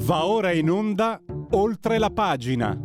Va ora in onda Oltre la pagina.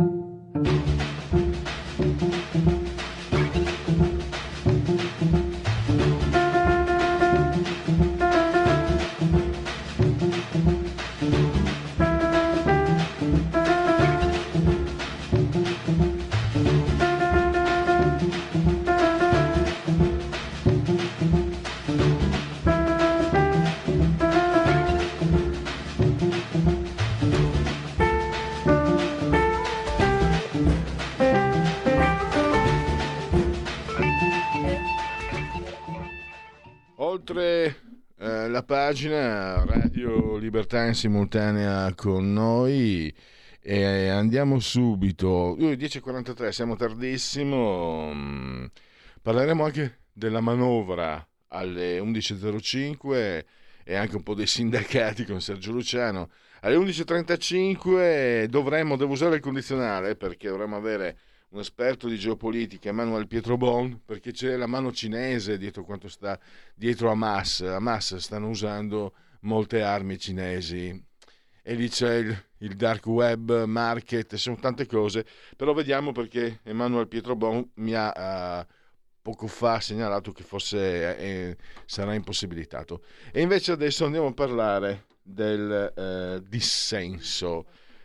Oltre la pagina Radio Libertà in simultanea con noi e andiamo subito. 10:43, siamo tardissimo. Parleremo anche della manovra alle 11:05 e anche un po' dei sindacati con Sergio Luciano. Alle 11:35 devo usare il condizionale perché dovremmo avere un esperto di geopolitica, Emanuele Pietrobon, perché c'è la mano cinese dietro quanto sta dietro Hamas. Hamas stanno usando molte armi cinesi e lì c'è il dark web market, sono tante cose, però vediamo perché Emanuele Pietrobon mi ha poco fa segnalato che forse sarà impossibilitato. E invece adesso andiamo a parlare del dissenso.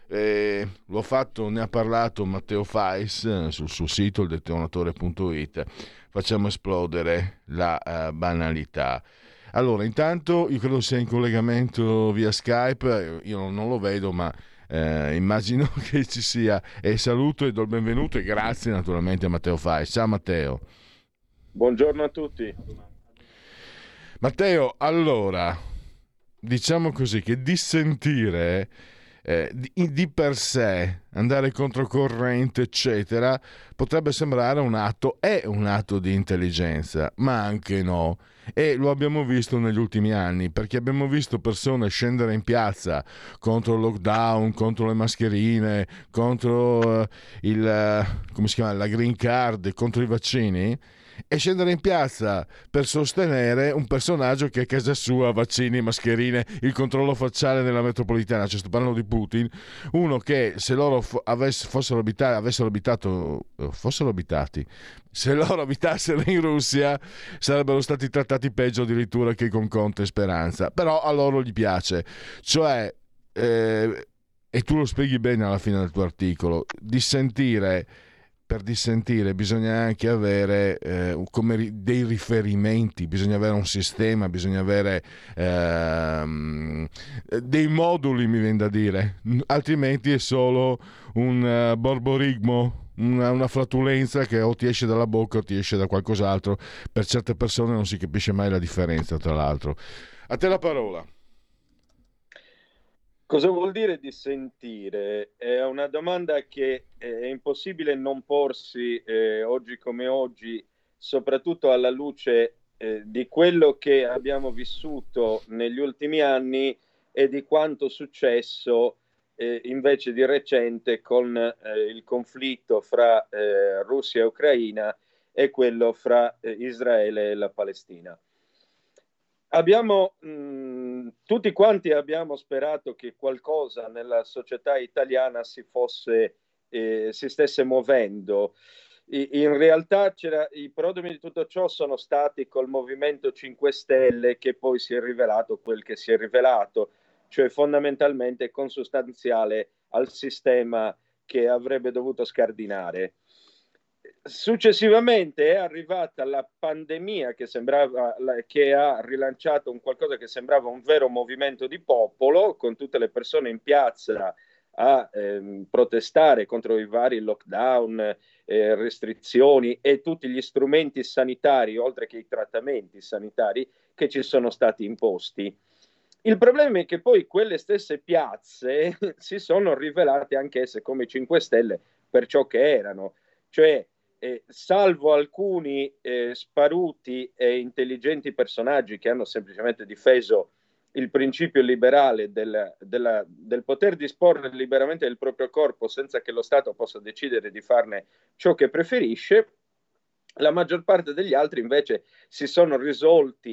Ne ha parlato Matteo Fais sul suo sito, il detonatore.it. Facciamo esplodere la banalità. Allora, intanto io credo sia in collegamento via Skype, io non lo vedo, ma immagino che ci sia. E saluto e do il benvenuto e grazie naturalmente a Matteo Fais. Ciao Matteo. Buongiorno a tutti. Matteo, allora, diciamo così che dissentire di per sé, andare controcorrente eccetera, potrebbe sembrare è un atto di intelligenza, ma anche no. E lo abbiamo visto negli ultimi anni, perché abbiamo visto persone scendere in piazza contro il lockdown, contro le mascherine, contro come si chiama, la green card, contro i vaccini, e scendere in piazza per sostenere un personaggio che a casa sua vaccini, mascherine, il controllo facciale nella metropolitana, cioè sto parlando di Putin, uno che se loro fossero abitassero in Russia sarebbero stati trattati peggio addirittura che con Conte e Speranza, però a loro gli piace, cioè e tu lo spieghi bene alla fine del tuo articolo, per dissentire bisogna anche avere dei riferimenti, bisogna avere un sistema, bisogna avere dei moduli, mi viene da dire, altrimenti è solo un borborigmo, una flatulenza che o ti esce dalla bocca o ti esce da qualcos'altro. Per certe persone non si capisce mai la differenza, tra l'altro. A te la parola. Cosa vuol dire dissentire? È una domanda che è impossibile non porsi oggi come oggi, soprattutto alla luce di quello che abbiamo vissuto negli ultimi anni e di quanto successo invece di recente con il conflitto fra Russia e Ucraina e quello fra Israele e la Palestina. Tutti quanti abbiamo sperato che qualcosa nella società italiana si stesse muovendo. In realtà i prodromi di tutto ciò sono stati col Movimento 5 Stelle, che poi si è rivelato quel che si è rivelato, cioè fondamentalmente consustanziale al sistema che avrebbe dovuto scardinare. Successivamente è arrivata la pandemia che ha rilanciato un qualcosa che sembrava un vero movimento di popolo, con tutte le persone in piazza a protestare contro i vari lockdown, restrizioni e tutti gli strumenti sanitari, oltre che i trattamenti sanitari che ci sono stati imposti. Il problema è che poi quelle stesse piazze si sono rivelate anch'esse come 5 Stelle per ciò che erano, cioè salvo alcuni sparuti e intelligenti personaggi che hanno semplicemente difeso il principio liberale del poter disporre liberamente del proprio corpo senza che lo Stato possa decidere di farne ciò che preferisce, la maggior parte degli altri invece si sono risolti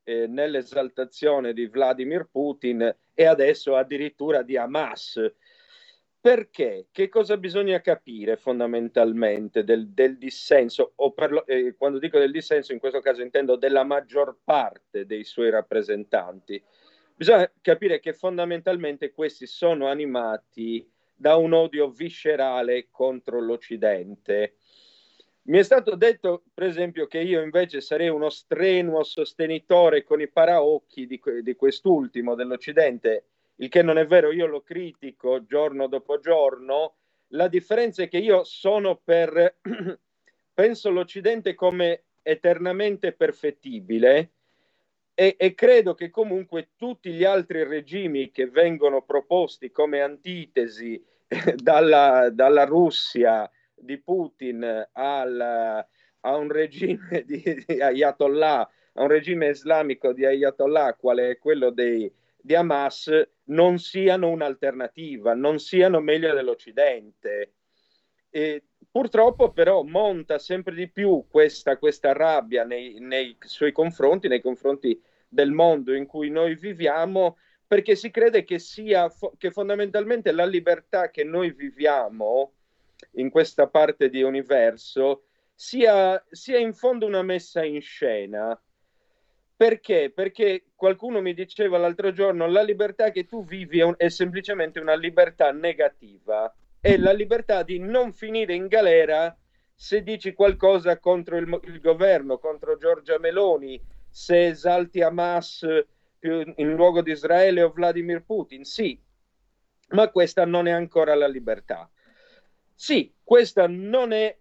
nell'esaltazione di Vladimir Putin e adesso addirittura di Hamas. Perché? Che cosa bisogna capire fondamentalmente del dissenso, quando dico del dissenso in questo caso intendo della maggior parte dei suoi rappresentanti? Bisogna capire che fondamentalmente questi sono animati da un odio viscerale contro l'Occidente. Mi è stato detto, per esempio, che io invece sarei uno strenuo sostenitore con i paraocchi di quest'ultimo, dell'Occidente, il che non è vero, io lo critico giorno dopo giorno. La differenza è che io sono penso l'Occidente come eternamente perfettibile e credo che comunque tutti gli altri regimi che vengono proposti come antitesi dalla Russia di Putin a un regime di Ayatollah, a un regime islamico di Ayatollah, quale è quello di Hamas, non siano un'alternativa, non siano meglio dell'Occidente. E purtroppo però monta sempre di più questa rabbia nei suoi confronti, nei confronti del mondo in cui noi viviamo, perché si crede che fondamentalmente la libertà che noi viviamo in questa parte di universo sia in fondo una messa in scena. Perché? Perché qualcuno mi diceva l'altro giorno, la libertà che tu vivi è semplicemente una libertà negativa, è la libertà di non finire in galera se dici qualcosa contro il governo, contro Giorgia Meloni, se esalti Hamas in luogo di Israele o Vladimir Putin. Sì, ma questa non è ancora la libertà. Sì, questa non è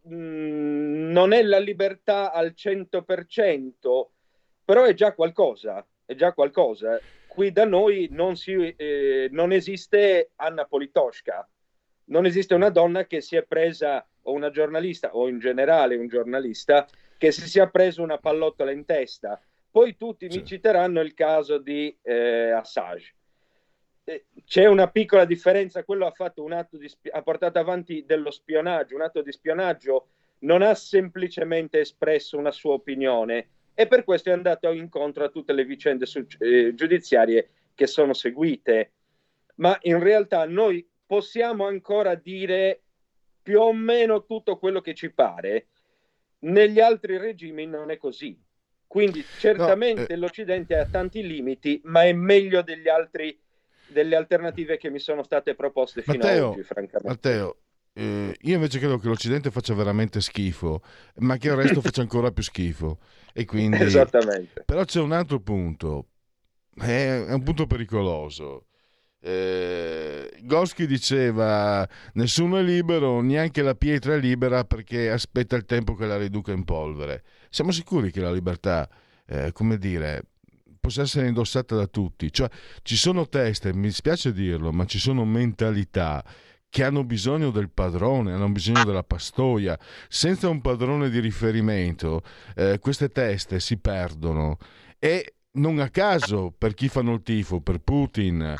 la libertà al 100%, però è già qualcosa, è già qualcosa. Qui da noi non esiste Anna Politkovskaya, non esiste una donna che si è presa, o una giornalista, o in generale un giornalista, che si sia preso una pallottola in testa. Poi tutti mi citeranno il caso di Assange. C'è una piccola differenza, quello ha fatto ha portato avanti dello spionaggio, un atto di spionaggio, non ha semplicemente espresso una sua opinione e per questo è andato incontro a tutte le vicende giudiziarie che sono seguite. Ma in realtà noi possiamo ancora dire più o meno tutto quello che ci pare. Negli altri regimi non è così. Quindi certamente l'Occidente ha tanti limiti, ma è meglio delle alternative che mi sono state proposte fino ad oggi, francamente. Matteo, io invece credo che l'Occidente faccia veramente schifo, ma che il resto faccia ancora più schifo. E quindi... Esattamente. Però c'è un altro punto, è un punto pericoloso. Goschi diceva nessuno è libero, neanche la pietra è libera perché aspetta il tempo che la riduca in polvere. Siamo sicuri che la libertà, come dire, possa essere indossata da tutti? Cioè, ci sono teste, mi spiace dirlo, ma ci sono mentalità che hanno bisogno del padrone, hanno bisogno della pastoia. Senza un padrone di riferimento, queste teste si perdono. E non a caso, per chi fanno il tifo per Putin,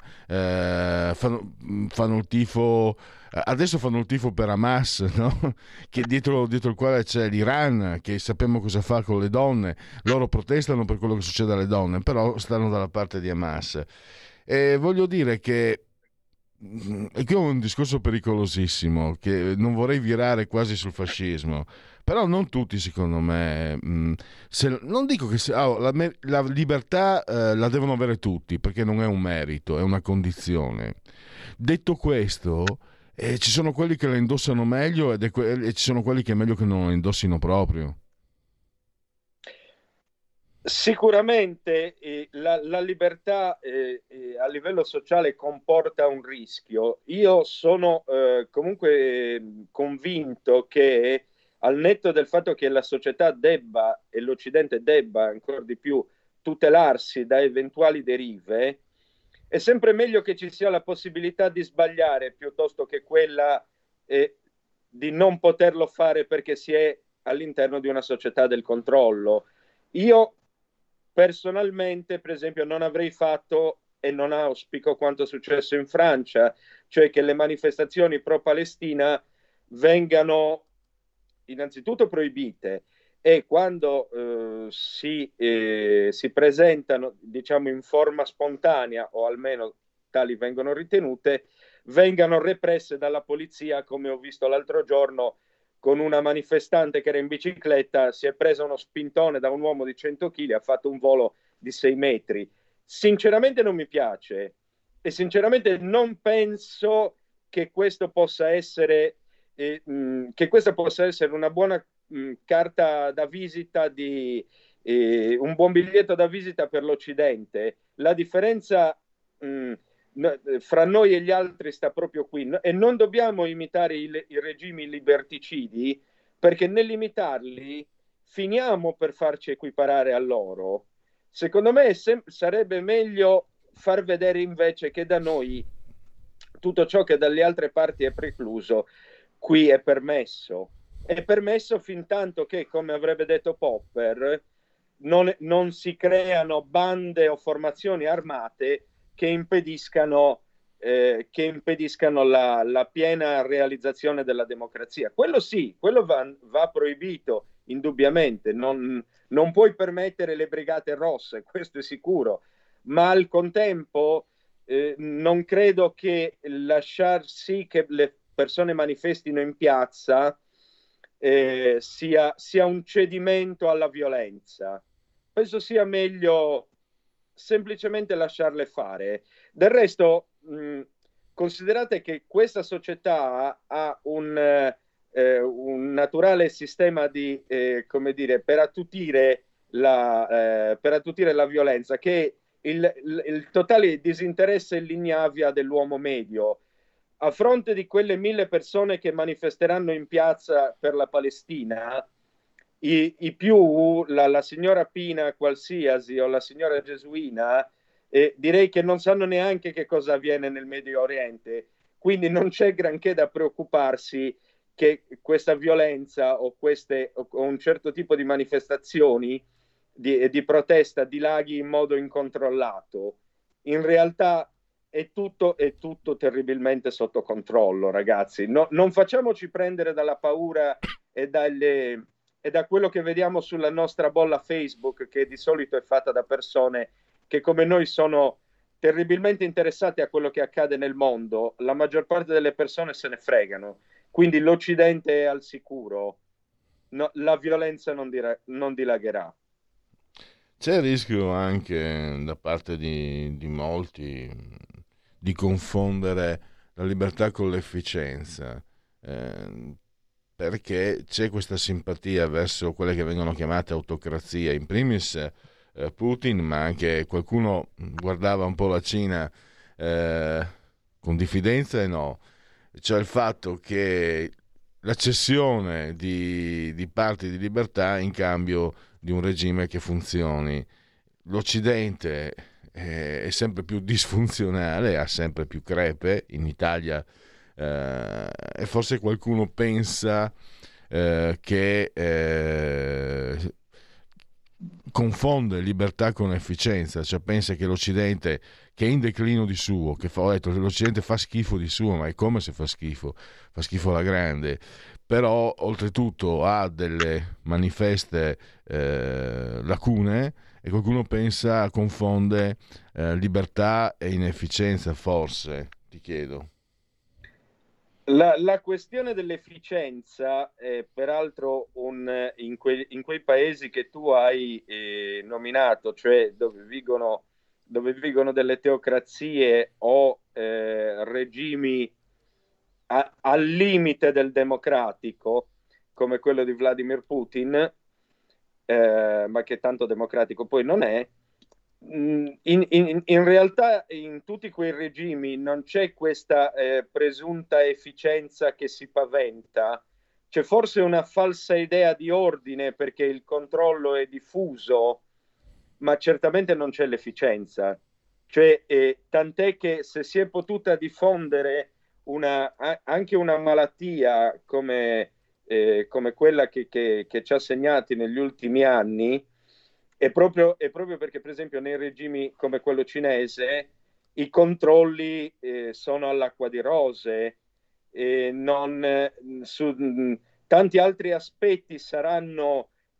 fanno il tifo, adesso fanno il tifo per Hamas, no? Che dietro il quale c'è l'Iran, che sappiamo cosa fa con le donne. Loro protestano per quello che succede alle donne, però stanno dalla parte di Hamas. E voglio dire che e qui ho un discorso pericolosissimo che non vorrei virare quasi sul fascismo, però non tutti secondo me non dico che la libertà la devono avere tutti perché non è un merito, è una condizione. Detto questo, ci sono quelli che la indossano meglio e ci sono quelli che è meglio che non la indossino proprio. Sicuramente la libertà a livello sociale comporta un rischio. Io sono comunque convinto che al netto del fatto che la società debba e l'Occidente debba ancora di più tutelarsi da eventuali derive, è sempre meglio che ci sia la possibilità di sbagliare piuttosto che quella di non poterlo fare perché si è all'interno di una società del controllo. Io personalmente, per esempio, non avrei fatto e non auspico quanto è successo in Francia, cioè che le manifestazioni pro-Palestina vengano innanzitutto proibite e quando si presentano, diciamo, in forma spontanea, o almeno tali vengono ritenute, vengano represse dalla polizia, come ho visto l'altro giorno con una manifestante che era in bicicletta, si è presa uno spintone da un uomo di 100 kg, ha fatto un volo di 6 metri. Sinceramente non mi piace e sinceramente non penso che questo possa essere che questa possa essere una buona carta da visita un buon biglietto da visita per l'Occidente. La differenza fra noi e gli altri sta proprio qui e non dobbiamo imitare i regimi liberticidi, perché nell'imitarli finiamo per farci equiparare a loro. Secondo me sarebbe meglio far vedere invece che da noi tutto ciò che dalle altre parti è precluso, qui è permesso. È permesso fin tanto che, come avrebbe detto Popper, non si creano bande o formazioni armate che impediscano la piena realizzazione della democrazia. Quello sì, quello va proibito indubbiamente. Non puoi permettere le brigate rosse, questo è sicuro, ma al contempo non credo che lasciar sì che le persone manifestino in piazza sia un cedimento alla violenza. Penso sia meglio semplicemente lasciarle fare. Del resto, considerate che questa società ha un naturale sistema di, come dire, per attutire la violenza, che il totale disinteresse e l'ignavia dell'uomo medio. A fronte di quelle 1.000 persone che manifesteranno in piazza per la Palestina, i più, la signora Pina qualsiasi o la signora Gesuina, direi che non sanno neanche che cosa avviene nel Medio Oriente, quindi non c'è granché da preoccuparsi che questa violenza o un certo tipo di manifestazioni di protesta dilaghi in modo incontrollato. In realtà è tutto terribilmente sotto controllo, ragazzi. Non facciamoci prendere dalla paura e da quello che vediamo sulla nostra bolla Facebook, che di solito è fatta da persone che come noi sono terribilmente interessate a quello che accade nel mondo. La maggior parte delle persone se ne fregano, quindi l'Occidente è al sicuro. No, la violenza non dilagherà. C'è il rischio anche da parte di molti di confondere la libertà con l'efficienza, eh, perché c'è questa simpatia verso quelle che vengono chiamate autocrazie, in primis Putin, ma anche qualcuno guardava un po' la Cina eh, con diffidenza e no, cioè il fatto che la cessione di parti di libertà in cambio di un regime che funzioni. L'Occidente è sempre più disfunzionale, ha sempre più crepe, in Italia e forse qualcuno pensa che confonde libertà con efficienza, cioè pensa che l'Occidente, che è in declino di suo, ho detto che l'Occidente fa schifo di suo, ma è come se fa schifo alla grande, però oltretutto ha delle manifeste lacune e qualcuno confonde libertà e inefficienza, forse, ti chiedo. La questione dell'efficienza, peraltro, in quei paesi che tu hai nominato, cioè dove vigono delle teocrazie o regimi al limite del democratico, come quello di Vladimir Putin, ma che tanto democratico poi non è. In realtà in tutti quei regimi non c'è questa presunta efficienza che si paventa, c'è forse una falsa idea di ordine perché il controllo è diffuso, ma certamente non c'è l'efficienza. Cioè, tant'è che se si è potuta diffondere anche una malattia come quella che ci ha segnati negli ultimi anni, è proprio perché, per esempio, nei regimi come quello cinese i controlli sono all'acqua di rose, e tanti altri aspetti saranno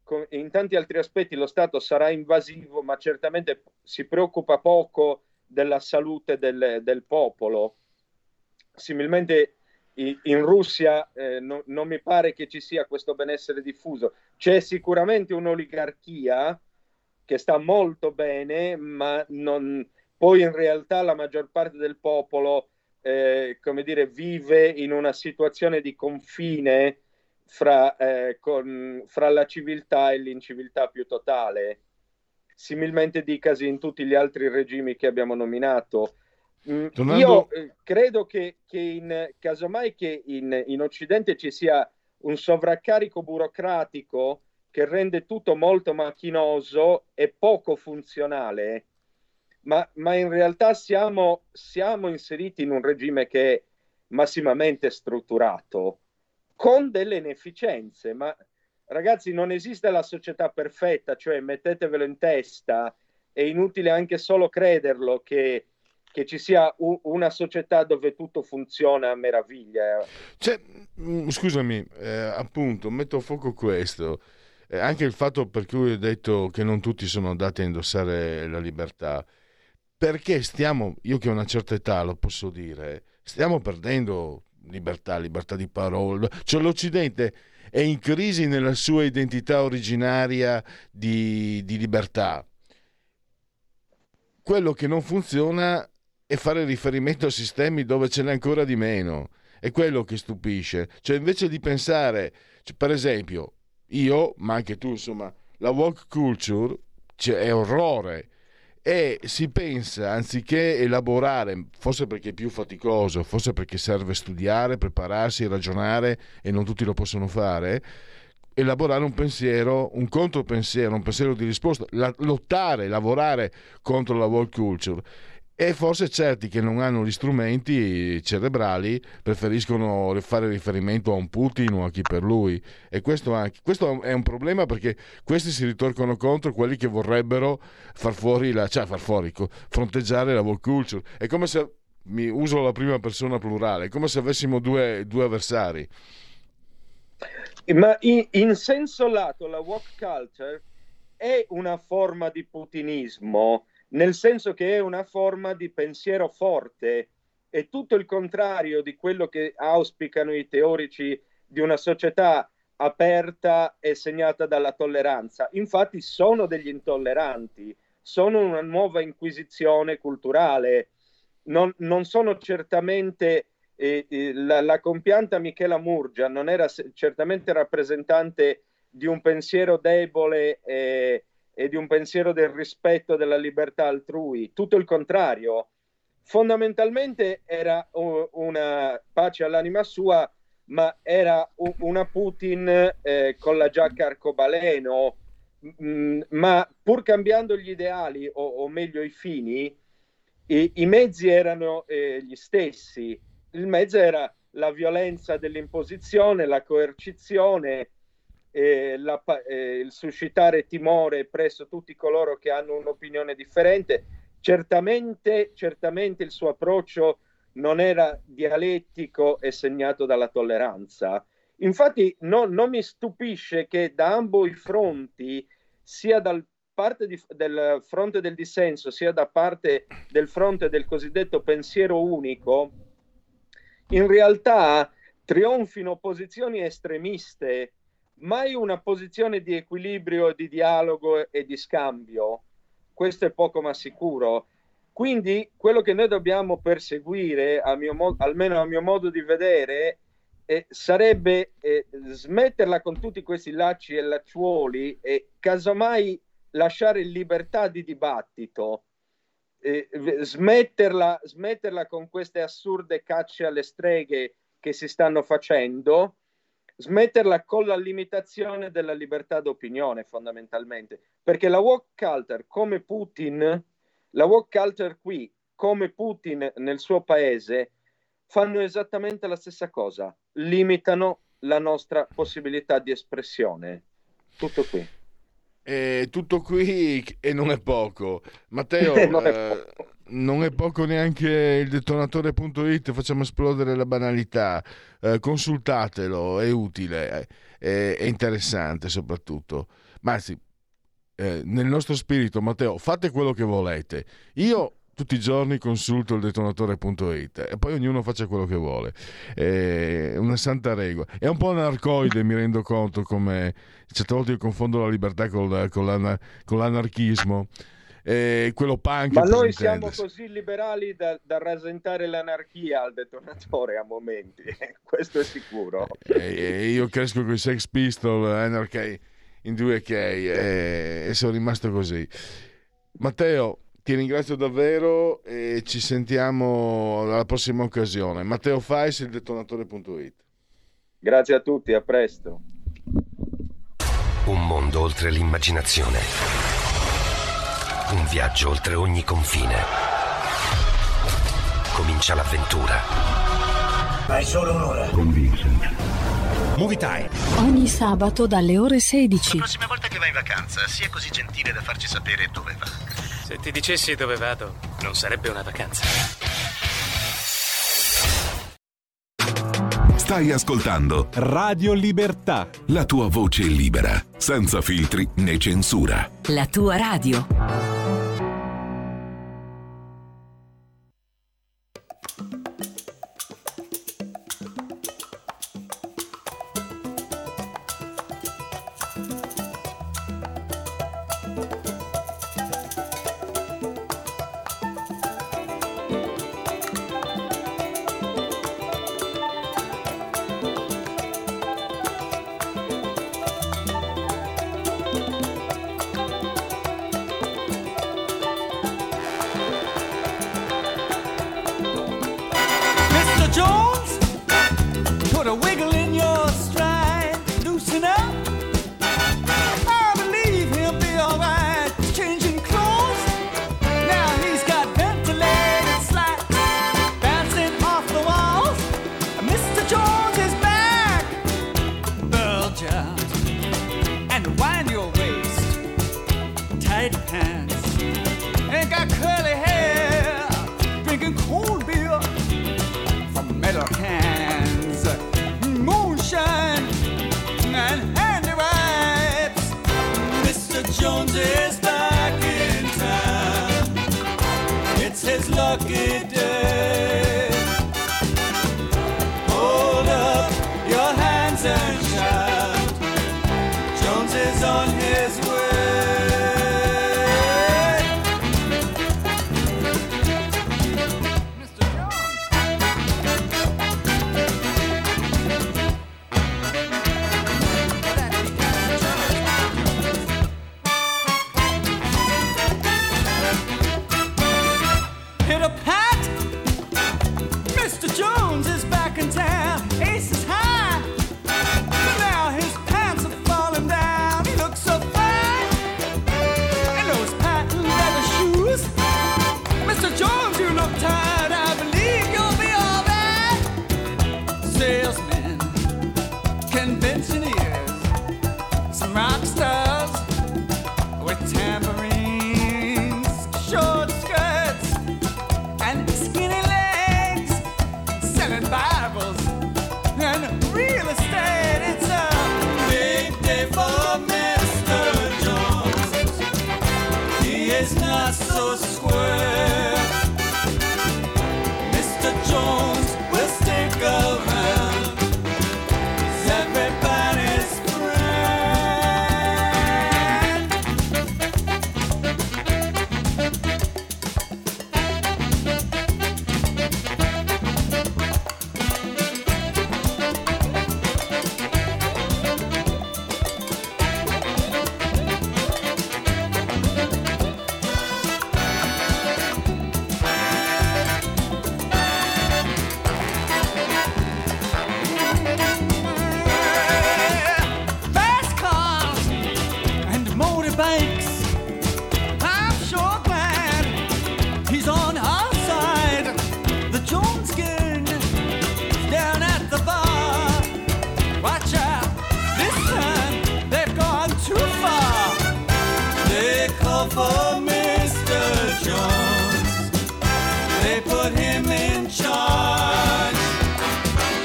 in tanti altri aspetti lo Stato sarà invasivo, ma certamente si preoccupa poco della salute del popolo. Similmente in Russia non mi pare che ci sia questo benessere diffuso. C'è sicuramente un'oligarchia che sta molto bene, ma poi in realtà la maggior parte del popolo come dire, vive in una situazione di confine fra la civiltà e l'inciviltà più totale. Similmente dicasi in tutti gli altri regimi che abbiamo nominato. Io credo che casomai che in Occidente ci sia un sovraccarico burocratico che rende tutto molto macchinoso e poco funzionale, ma in realtà siamo inseriti in un regime che è massimamente strutturato, con delle inefficienze. Ma ragazzi, non esiste la società perfetta, cioè mettetevelo in testa, è inutile anche solo crederlo che ci sia una società dove tutto funziona a meraviglia. Cioè, scusami, appunto, metto a fuoco questo. Anche il fatto per cui ho detto che non tutti sono andati a indossare la libertà, perché io che ho una certa età lo posso dire, stiamo perdendo libertà di parola. Cioè l'Occidente è in crisi nella sua identità originaria di libertà. Quello che non funziona è fare riferimento a sistemi dove ce n'è ancora di meno. È quello che stupisce. Cioè invece di pensare, per esempio, io, ma anche tu, insomma, la woke culture è orrore. E si pensa, anziché elaborare, forse perché è più faticoso, forse perché serve studiare, prepararsi, ragionare, e non tutti lo possono fare, elaborare un pensiero, un contropensiero, un pensiero di risposta, lottare, lavorare contro la woke culture. E forse certi che non hanno gli strumenti cerebrali preferiscono fare riferimento a un Putin o a chi per lui, e questo è un problema, perché questi si ritorcono contro quelli che vorrebbero fronteggiare la woke culture. È come se, uso la prima persona plurale, è come se avessimo due avversari. Ma in senso lato la woke culture è una forma di putinismo, nel senso che è una forma di pensiero forte, è tutto il contrario di quello che auspicano i teorici di una società aperta e segnata dalla tolleranza. Infatti sono degli intolleranti, sono una nuova inquisizione culturale, non sono certamente... la compianta Michela Murgia non era certamente rappresentante di un pensiero debole e di un pensiero del rispetto della libertà altrui, tutto il contrario. Fondamentalmente era una pace all'anima sua, ma era una Putin con la giacca arcobaleno, ma pur cambiando gli ideali, o meglio i fini, i mezzi erano gli stessi. Il mezzo era la violenza dell'imposizione, la coercizione, il suscitare timore presso tutti coloro che hanno un'opinione differente. Certamente il suo approccio non era dialettico e segnato dalla tolleranza. Infatti non mi stupisce che da ambo i fronti, sia dal del fronte del dissenso, sia da parte del fronte del cosiddetto pensiero unico, in realtà trionfino posizioni estremiste, mai una posizione di equilibrio, di dialogo e di scambio. Questo è poco ma sicuro. Quindi quello che noi dobbiamo perseguire, almeno a mio modo di vedere, sarebbe smetterla con tutti questi lacci e lacciuoli e casomai lasciare libertà di dibattito. Smetterla con queste assurde cacce alle streghe che si stanno facendo, smetterla con la limitazione della libertà d'opinione, fondamentalmente, perché la woke culture come Putin, la woke culture qui come Putin nel suo paese, fanno esattamente la stessa cosa, limitano la nostra possibilità di espressione. Tutto qui. Tutto qui, e non è poco. Matteo, non è poco neanche il detonatore.it, facciamo esplodere la banalità. Consultatelo, è utile, è interessante soprattutto. ma sì, nel nostro spirito, Matteo, fate quello che volete. Io tutti i giorni consulto il detonatore.it e poi ognuno faccia quello che vuole. È una santa regola. È un po' anarcoide, mi rendo conto, come certe volte io confondo la libertà con l'anarchismo. Quello punk. Ma noi siamo così liberali da rasentare l'anarchia al detonatore a momenti, questo è sicuro. Io cresco con i Sex Pistols, Anarchy in 2K e sono rimasto così. Matteo, ti ringrazio davvero e ci sentiamo alla prossima occasione. Matteo Fais, il detonatore.it. Grazie a tutti, a presto. Un mondo oltre l'immaginazione. Un viaggio oltre ogni confine. Comincia l'avventura. Hai solo un'ora. Con Vincent. Movie Time. Ogni sabato dalle ore 16. La prossima volta che vai in vacanza, sia così gentile da farci sapere dove va. Se ti dicessi dove vado, non sarebbe una vacanza. Stai ascoltando Radio Libertà. La tua voce libera, senza filtri né censura. La tua radio.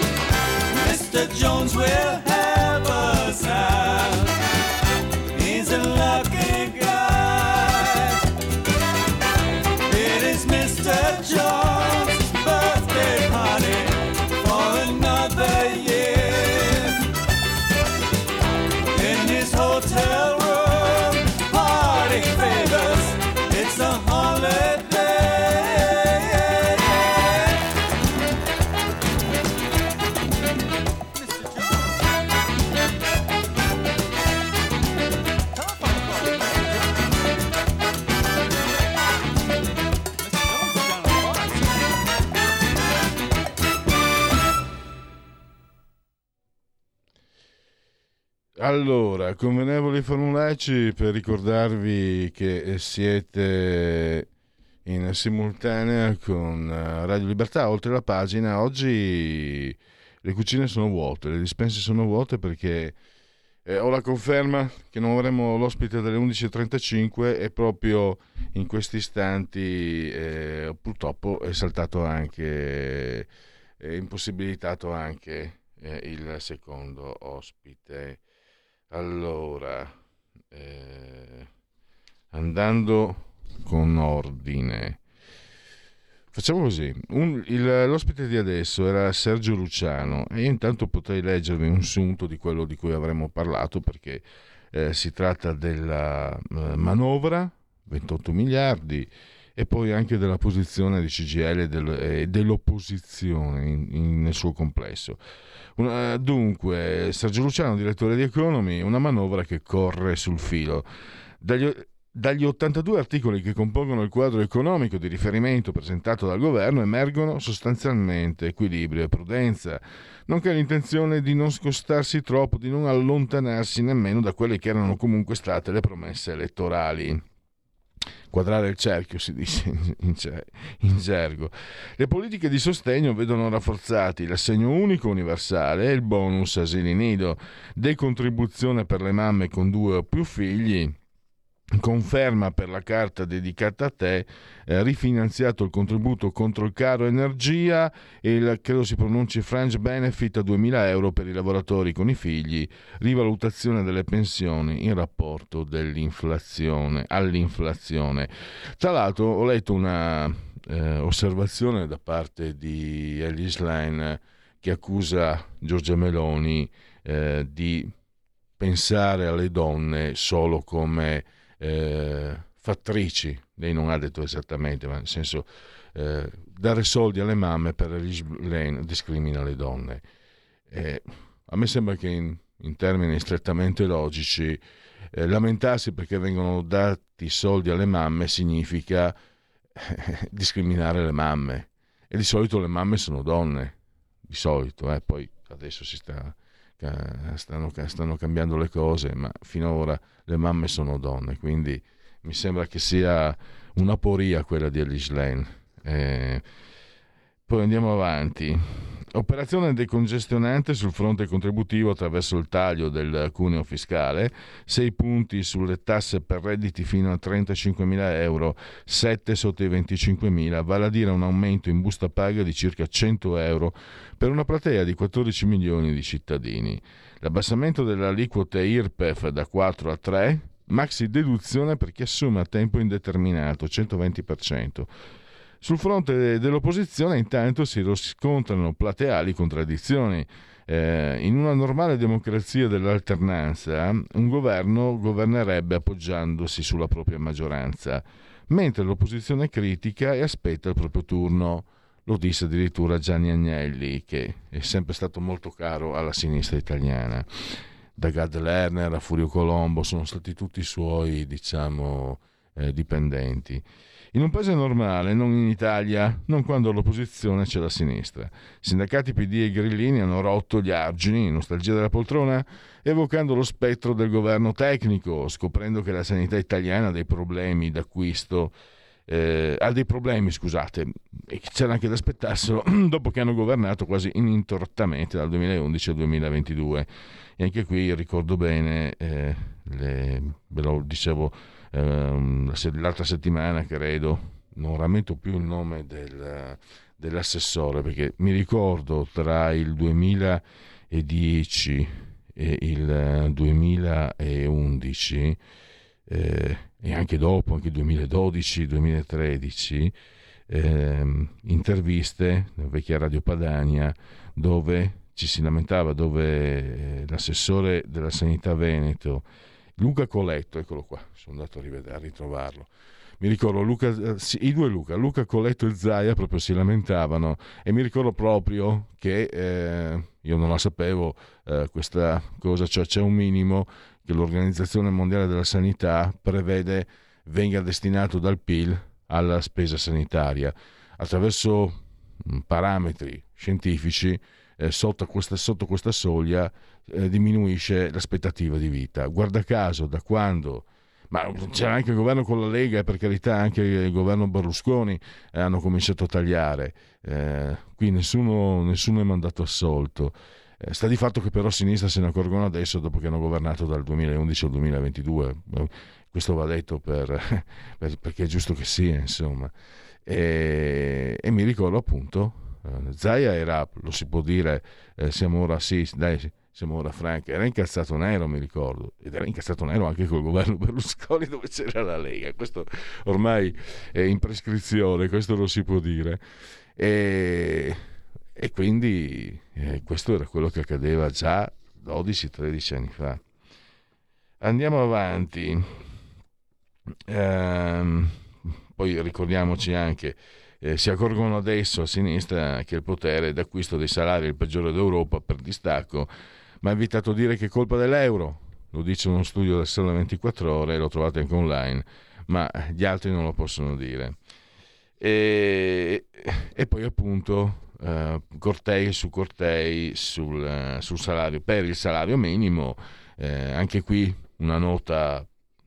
Jones will help us out. He's a Allora, convenevoli formulaici, per ricordarvi che siete in simultanea con Radio Libertà, oltre la pagina. Oggi le cucine sono vuote, le dispense sono vuote perché ho la conferma che non avremo l'ospite dalle 11.35 e proprio in questi istanti purtroppo è saltato anche, è impossibilitato anche il secondo ospite. Allora, andando con ordine, facciamo così. L'ospite di adesso era Sergio Luciano e io intanto potrei leggervi un sunto di quello di cui avremmo parlato, perché si tratta della manovra, 28 miliardi, e poi anche della posizione di CGIL e dell'opposizione nel suo complesso. Dunque, Sergio Luciano, direttore di Economy, una manovra che corre sul filo. Dagli 82 articoli che compongono il quadro economico di riferimento presentato dal governo emergono sostanzialmente equilibrio e prudenza, nonché l'intenzione di non scostarsi troppo, di non allontanarsi nemmeno da quelle che erano comunque state le promesse elettorali. Quadrare il cerchio, si dice in gergo. Le politiche di sostegno vedono rafforzati l'assegno unico universale e il bonus asili nido, decontribuzione per le mamme con 2 o più figli, conferma per la carta dedicata a te, rifinanziato il contributo contro il caro energia e credo si pronunci fringe benefit a 2.000 euro per i lavoratori con i figli, rivalutazione delle pensioni in rapporto all'inflazione. Tra l'altro ho letto una osservazione da parte di Elise Line che accusa Giorgia Meloni di pensare alle donne solo come fattrici. Lei non ha detto esattamente, ma nel senso dare soldi alle mamme per lei discrimina le donne. A me sembra che in termini strettamente logici lamentarsi perché vengono dati soldi alle mamme significa discriminare le mamme, e di solito le mamme sono donne, di solito, poi adesso stanno cambiando le cose, ma finora le mamme sono donne, quindi mi sembra che sia una poria quella di Elise Line. Poi andiamo avanti. Operazione decongestionante sul fronte contributivo attraverso il taglio del cuneo fiscale, 6 punti sulle tasse per redditi fino a 35.000 euro, 7 sotto i 25.000, vale a dire un aumento in busta paga di circa 100 euro per una platea di 14 milioni di cittadini. L'abbassamento delle aliquote IRPEF da 4 a 3, maxi deduzione per chi assume a tempo indeterminato, 120%. Sul fronte dell'opposizione intanto si riscontrano plateali contraddizioni. In una normale democrazia dell'alternanza un governo governerebbe appoggiandosi sulla propria maggioranza, mentre l'opposizione critica e aspetta il proprio turno. Lo disse addirittura Gianni Agnelli, che è sempre stato molto caro alla sinistra italiana. Da Gad Lerner a Furio Colombo sono stati tutti suoi, dipendenti. In un paese normale, non in Italia, non quando all'opposizione c'è la sinistra. Sindacati, PD e grillini hanno rotto gli argini, nostalgia della poltrona, evocando lo spettro del governo tecnico, scoprendo che la sanità italiana ha dei problemi d'acquisto, e c'era anche da aspettarselo dopo che hanno governato quasi ininterrottamente dal 2011 al 2022. E anche qui ricordo bene, ve lo dicevo l'altra settimana, credo, non rammento più il nome dell'assessore, perché mi ricordo tra il 2010 e il 2011 e anche dopo, anche 2012-2013, interviste nella vecchia Radio Padania dove ci si lamentava, dove l'assessore della sanità Veneto Luca Coletto, eccolo qua, sono andato a ritrovarlo. Mi ricordo i due Luca Coletto e Zaia proprio si lamentavano, e mi ricordo proprio che io non la sapevo questa cosa, cioè c'è un minimo che l'Organizzazione Mondiale della Sanità prevede venga destinato dal PIL alla spesa sanitaria attraverso parametri scientifici. sotto questa soglia diminuisce l'aspettativa di vita. Guarda caso, da quando, ma c'era anche il governo con la Lega, per carità, anche il governo Berlusconi hanno cominciato a tagliare, qui nessuno è mandato assolto. Sta di fatto che però a sinistra se ne accorgono adesso, dopo che hanno governato dal 2011 al 2022. Questo va detto perché è giusto che sia, insomma. E mi ricordo appunto Zaia era, lo si può dire, siamo ora franchi, era incazzato nero, mi ricordo, ed era incazzato nero anche col governo Berlusconi dove c'era la Lega. Questo ormai è in prescrizione, questo lo si può dire, e quindi questo era quello che accadeva già 12-13 anni fa. Andiamo avanti. Poi ricordiamoci anche, si accorgono adesso a sinistra che il potere d'acquisto dei salari è il peggiore d'Europa per distacco, ma è evitato dire che è colpa dell'euro. Lo dice uno studio del Sole 24 Ore, lo trovate anche online, ma gli altri non lo possono dire. E poi appunto cortei su cortei sul salario, per il salario minimo. Anche qui una nota,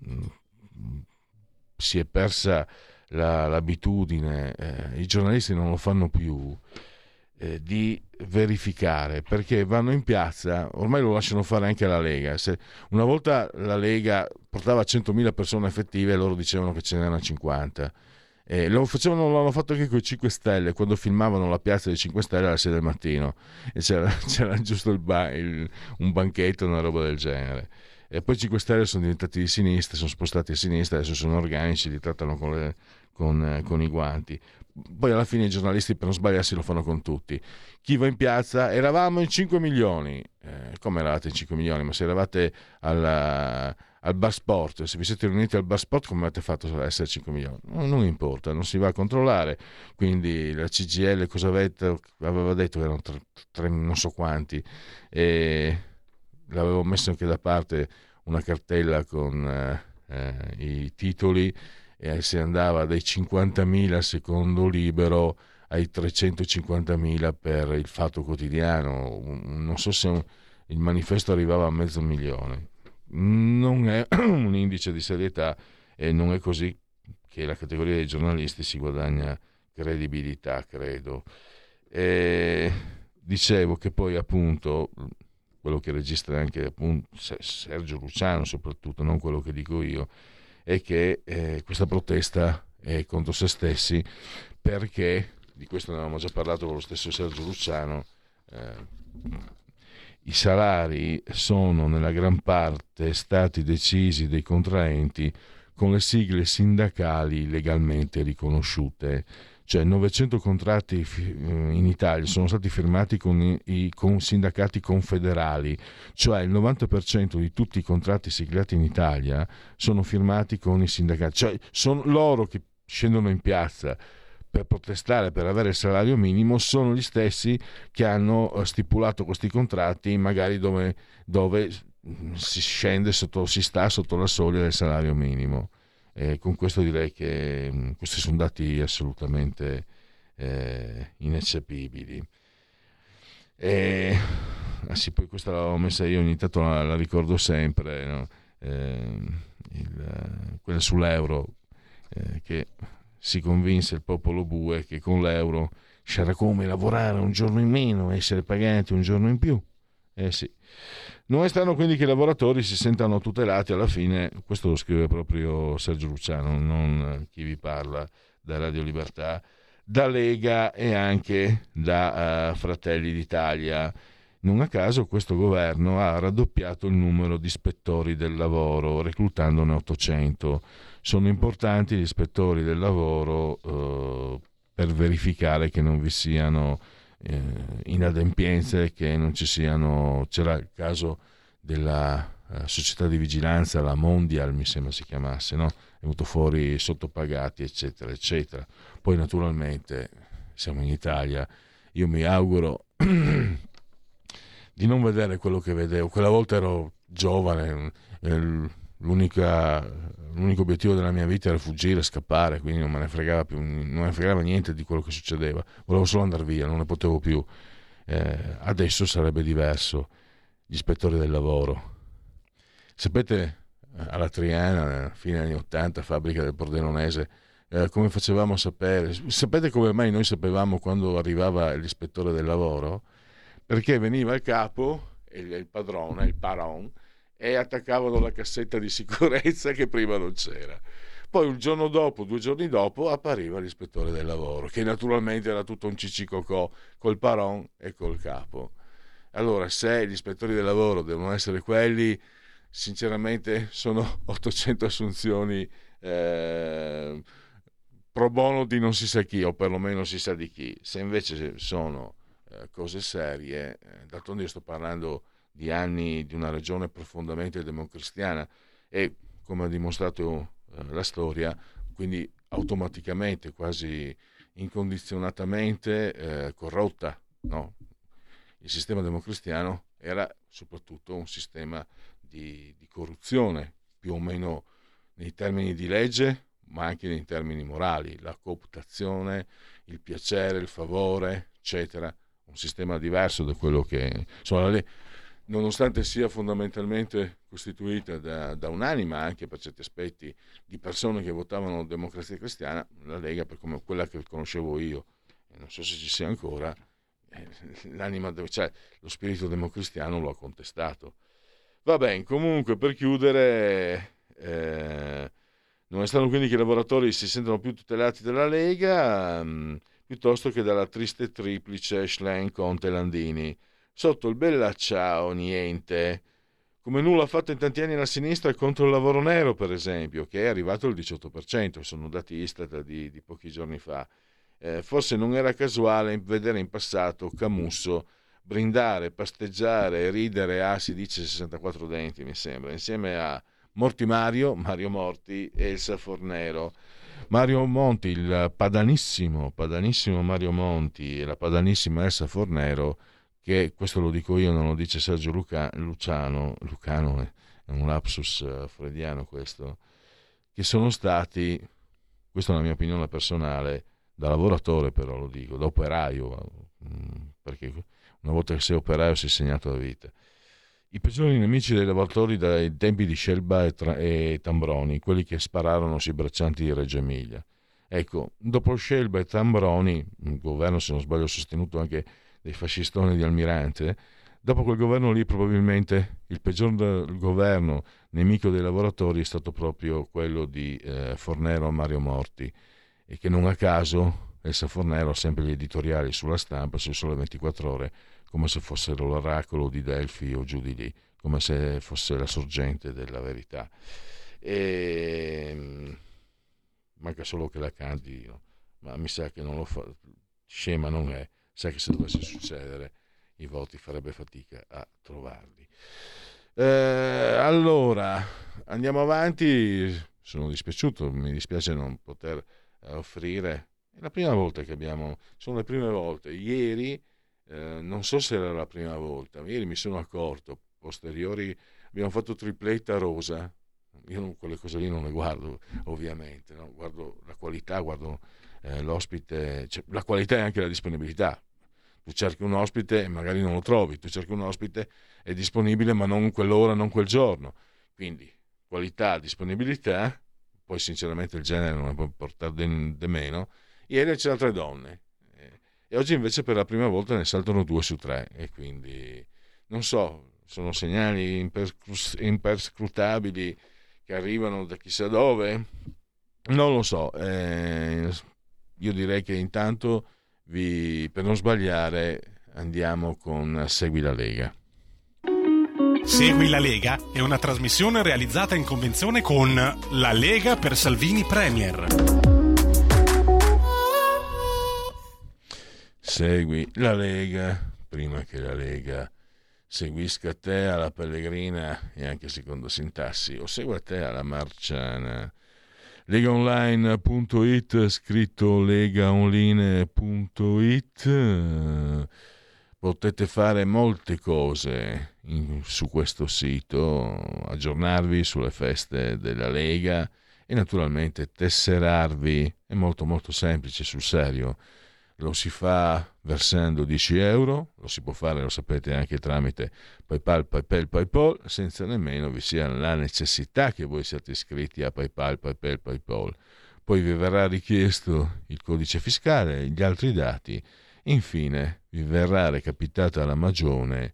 si è persa l'abitudine, i giornalisti non lo fanno più, di verificare, perché vanno in piazza, ormai lo lasciano fare anche alla Lega. Una volta la Lega portava 100.000 persone effettive e loro dicevano che ce n'erano 50. L'hanno fatto anche con i 5 Stelle, quando filmavano la piazza dei 5 Stelle alle 6 del mattino e c'era giusto un banchetto, una roba del genere. E poi i 5 Stelle sono diventati di sinistra, sono spostati a sinistra, adesso sono organici, li trattano con i guanti. Poi alla fine i giornalisti, per non sbagliarsi, lo fanno con tutti. Chi va in piazza? Eravamo in 5 milioni. Come eravate in 5 milioni? Ma se eravate al bar sport, se vi siete riuniti al bar sport, come avete fatto a essere 5 milioni? Non importa, non si va a controllare. Quindi la CGIL cosa aveva detto che erano tre non so quanti, e l'avevo messo anche da parte una cartella con i titoli, e si andava dai 50.000 secondo Libero ai 350.000 per il Fatto Quotidiano. Non so se il Manifesto arrivava a 500.000. Non è un indice di serietà, e non è così che la categoria dei giornalisti si guadagna credibilità, credo. Dicevo che poi appunto quello che registra anche appunto Sergio Luciano, soprattutto, non quello che dico io, è che questa protesta è contro se stessi, perché di questo ne avevamo già parlato con lo stesso Sergio Luciano. I salari sono nella gran parte stati decisi dai contraenti con le sigle sindacali legalmente riconosciute, cioè 900 contratti in Italia sono stati firmati con sindacati confederali, cioè il 90% di tutti i contratti siglati in Italia sono firmati con i sindacati, cioè sono loro che scendono in piazza per protestare per avere il salario minimo, sono gli stessi che hanno stipulato questi contratti magari dove si sta sotto la soglia del salario minimo. Con questo direi che questi sono dati assolutamente ineccepibili. Sì, poi questa l'avevo messa io, ogni tanto la ricordo sempre, no? Quella sull'euro, che si convinse il popolo bue che con l'euro c'era come lavorare un giorno in meno e essere pagati un giorno in più. Sì. Non è strano quindi che i lavoratori si sentano tutelati alla fine. Questo lo scrive proprio Sergio Luciano, non chi vi parla da Radio Libertà, da Lega e anche da Fratelli d'Italia. Non a caso questo governo ha raddoppiato il numero di ispettori del lavoro, reclutandone 800. Sono importanti gli ispettori del lavoro per verificare che non vi siano inadempienze, che non ci siano. C'era il caso della società di vigilanza, la Mondial mi sembra si chiamasse, no? È venuto fuori sottopagati, eccetera eccetera. Poi naturalmente siamo in Italia, io mi auguro di non vedere quello che vedevo. Quella volta ero giovane, l'unico obiettivo della mia vita era fuggire, scappare, quindi non me ne fregava niente di quello che succedeva, volevo solo andare via, non ne potevo più. Adesso sarebbe diverso. Gli ispettori del lavoro, sapete, alla Triana, fine anni 80, fabbrica del Pordenonese, come facevamo a sapere? Sapete come mai noi sapevamo quando arrivava l'ispettore del lavoro? Perché veniva il capo, il padrone, il paron, e attaccavano la cassetta di sicurezza che prima non c'era. Poi un giorno dopo, 2 giorni dopo, appariva l'ispettore del lavoro, che naturalmente era tutto un cicicocò col paron e col capo. Allora, se gli ispettori del lavoro devono essere quelli, sinceramente sono 800 assunzioni pro bono di non si sa chi, o perlomeno si sa di chi. Se invece sono cose serie, d'altronde io sto parlando di anni di una regione profondamente democristiana e, come ha dimostrato la storia, quindi automaticamente, quasi incondizionatamente corrotta, no? Il sistema democristiano era soprattutto un sistema di corruzione, più o meno nei termini di legge, ma anche nei termini morali, la cooptazione, il piacere, il favore, eccetera. Un sistema diverso da quello che, insomma, nonostante sia fondamentalmente costituita da un'anima, anche per certi aspetti, di persone che votavano Democrazia Cristiana, la Lega, per come quella che conoscevo io, e non so se ci sia ancora, l'anima, cioè lo spirito democristiano lo ha contestato. Va bene, comunque, per chiudere, non è stato quindi che i lavoratori si sentono più tutelati dalla Lega piuttosto che dalla triste triplice Schlein, Conte e Landini. Sotto il bella ciao niente, come nulla fatto in tanti anni la sinistra contro il lavoro nero, per esempio, che è arrivato al 18%, sono dati Istat di pochi giorni fa. Forse non era casuale vedere in passato Camusso brindare, pasteggiare e ridere si dice 64 denti, mi sembra, insieme a Mario Monti e Elsa Fornero. Mario Monti, il padanissimo Mario Monti e la padanissima Elsa Fornero, che questo lo dico io, non lo dice Sergio Lucano è un lapsus freudiano questo, che sono stati, questa è la mia opinione personale, da lavoratore però lo dico, da operaio, perché una volta che sei operaio sei segnato la vita, i peggiori nemici dei lavoratori dai tempi di Scelba e Tambroni, quelli che spararono sui braccianti di Reggio Emilia. Ecco, dopo Scelba e Tambroni, un governo, se non sbaglio, sostenuto anche dei fascistoni di Almirante, dopo quel governo lì probabilmente il peggior governo nemico dei lavoratori è stato proprio quello di Fornero a Mario Monti, e che non a caso Elsa Fornero ha sempre gli editoriali sulla Stampa, su Sole 24 Ore, come se fossero l'oracolo di Delfi o giù di lì, come se fosse la sorgente della verità. E manca solo che la candidino, ma mi sa che non lo fa, scema non è, sa che se dovesse succedere i voti farebbe fatica a trovarli. Allora, andiamo avanti. Sono dispiaciuto, mi dispiace non poter offrire, è la prima volta che sono le prime volte. Ieri non so se era la prima volta, ieri mi sono accorto, posteriori abbiamo fatto tripletta rosa, io quelle cose lì non le guardo ovviamente, no? Guardo la qualità, guardo l'ospite, cioè, la qualità e anche la disponibilità. Tu cerchi un ospite e magari non lo trovi, tu cerchi un ospite, è disponibile ma non quell'ora, non quel giorno, quindi qualità, disponibilità, poi sinceramente il genere non ne può portare di meno. Ieri c'erano 3 donne e oggi invece per la prima volta ne saltano 2 su 3 e quindi non so, sono segnali imperscrutabili che arrivano da chissà dove, non lo so. Io direi che intanto per non sbagliare andiamo con Segui la Lega. Segui la Lega è una trasmissione realizzata in convenzione con La Lega per Salvini Premier. Segui la Lega prima che la Lega seguisca te alla Pellegrina e anche secondo sintassi, o segua te alla Marciana. Legaonline.it, scritto legaonline.it. Potete fare molte cose su questo sito, aggiornarvi sulle feste della Lega e naturalmente tesserarvi, è molto molto semplice, sul serio. lo si fa versando 10 euro, lo si può fare, lo sapete, anche tramite PayPal, PayPal, senza nemmeno vi sia la necessità che voi siate iscritti a PayPal. Poi vi verrà richiesto il codice fiscale, gli altri dati, infine vi verrà recapitata la magione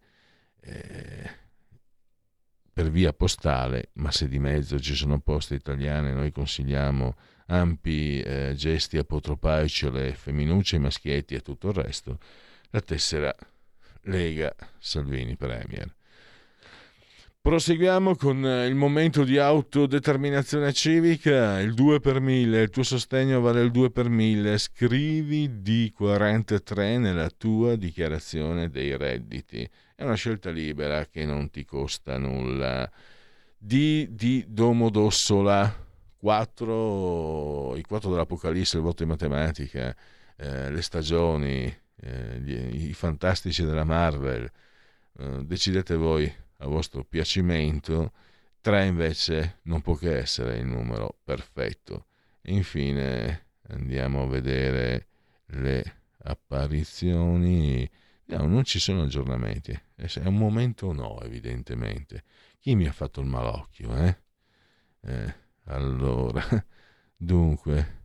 per via postale, ma se di mezzo ci sono poste italiane, noi consigliamo ampi gesti apotropaici alle femminucce, ai maschietti e tutto il resto, la tessera Lega Salvini Premier. Proseguiamo con il momento di autodeterminazione civica. Il 2 per 1000, il tuo sostegno vale il 2 per 1000. Scrivi D43 nella tua dichiarazione dei redditi. È una scelta libera che non ti costa nulla. D di Domodossola, i 4 dell'Apocalisse, il voto di matematica, le stagioni, i fantastici della Marvel. Decidete voi a vostro piacimento. 3 invece non può che essere il numero perfetto. E infine andiamo a vedere le apparizioni. No, non ci sono aggiornamenti, è un momento no, evidentemente. Chi mi ha fatto il malocchio, allora, dunque,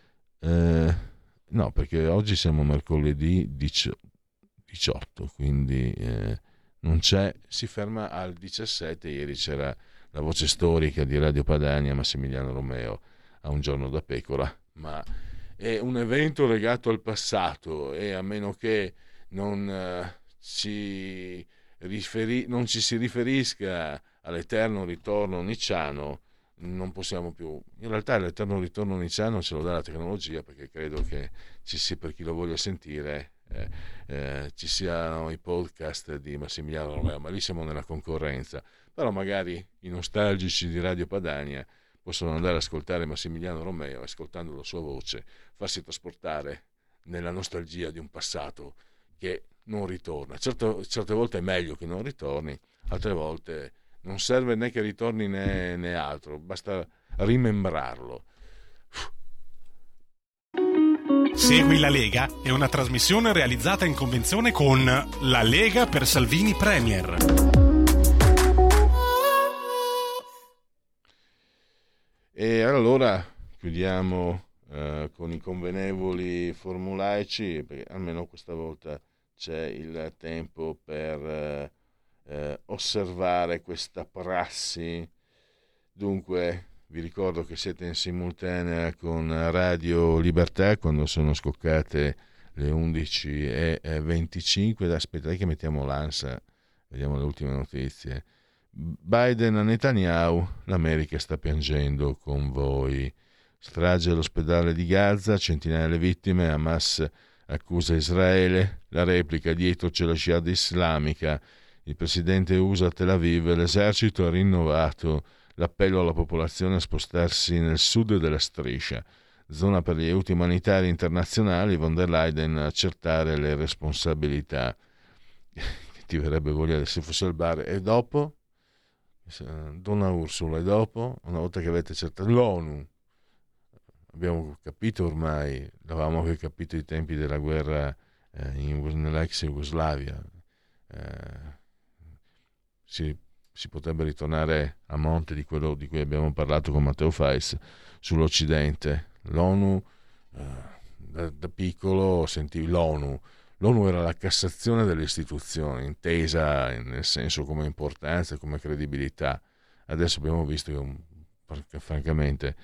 no, perché oggi siamo mercoledì 18, quindi non c'è, si ferma al 17. Ieri c'era la voce storica di Radio Padania, Massimiliano Romeo, a Un giorno da pecora, ma è un evento legato al passato e a meno che non ci si riferisca all'eterno ritorno nicciano, non possiamo più. In realtà l'eterno ritorno nicciano ce lo dà la tecnologia, perché credo che ci sia, per chi lo voglia sentire, ci siano i podcast di Massimiliano Romeo, ma lì siamo nella concorrenza. Però magari i nostalgici di Radio Padania possono andare ad ascoltare Massimiliano Romeo, ascoltando la sua voce, farsi trasportare nella nostalgia di un passato che non ritorna. Certe volte è meglio che non ritorni, altre volte non serve né che ritorni né altro, basta rimembrarlo. Segui la Lega è una trasmissione realizzata in convenzione con La Lega per Salvini Premier. E allora chiudiamo con i convenevoli formulaici, perché almeno questa volta c'è il tempo per osservare questa prassi. Dunque vi ricordo che siete in simultanea con Radio Libertà quando sono scoccate le 11:25. Aspettate che mettiamo l'ANSA, vediamo le ultime notizie. Biden a Netanyahu, l'America sta piangendo con voi. Strage all'ospedale di Gaza, centinaia le vittime, Hamas accusa Israele, la replica dietro c'è la Jihad islamica, il presidente USA a Tel Aviv, l'esercito ha rinnovato l'appello alla popolazione a spostarsi nel sud della striscia, zona per gli aiuti umanitari internazionali, von der Leyen a accertare le responsabilità. Ti verrebbe voglia se fosse al bar. E dopo? Donna Ursula, e dopo? Una volta che avete accertato l'ONU, abbiamo capito ormai, l'avevamo anche capito ai tempi della guerra nell'ex Jugoslavia, si potrebbe ritornare a monte di quello di cui abbiamo parlato con Matteo Fais sull'Occidente. L'ONU, da piccolo sentivi l'ONU era la Cassazione delle istituzioni, intesa nel senso come importanza e come credibilità. Adesso abbiamo visto che francamente,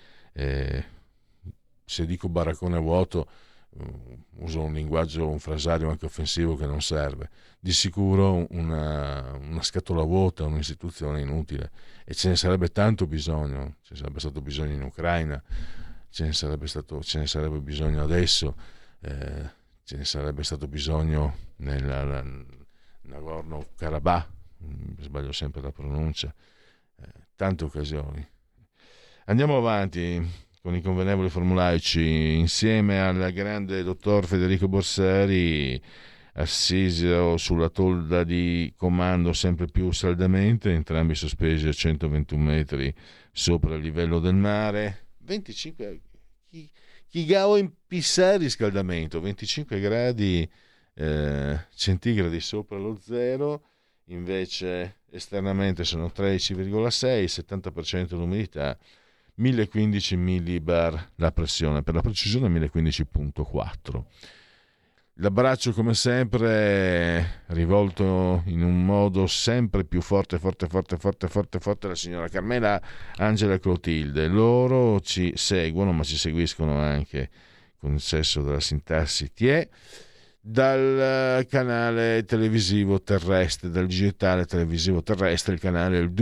se dico baraccone vuoto, uso un linguaggio, un frasario anche offensivo che non serve. Di sicuro una scatola vuota, un'istituzione inutile, e ce ne sarebbe tanto bisogno. Ce ne sarebbe stato bisogno in Ucraina, ce ne sarebbe bisogno adesso, ce ne sarebbe stato bisogno nel Nagorno-Karabakh, sbaglio sempre la pronuncia, tante occasioni. Andiamo avanti con i convenevoli formulaici insieme al grande dottor Federico Borsari, assiso sulla tolda di comando sempre più saldamente, entrambi sospesi a 121 metri sopra il livello del mare. 25, chi Chigao in pissare riscaldamento, 25 gradi centigradi sopra lo zero, invece esternamente sono 13,6, 70% l'umidità, 1015 millibar la pressione, per la precisione 1015,4. L'abbraccio come sempre rivolto in un modo sempre più forte alla signora Carmela, Angela e Clotilde. Loro ci seguono, ma ci seguiscono anche con il sesso della sintassi TIE dal canale televisivo terrestre, dal digitale televisivo terrestre, il canale è il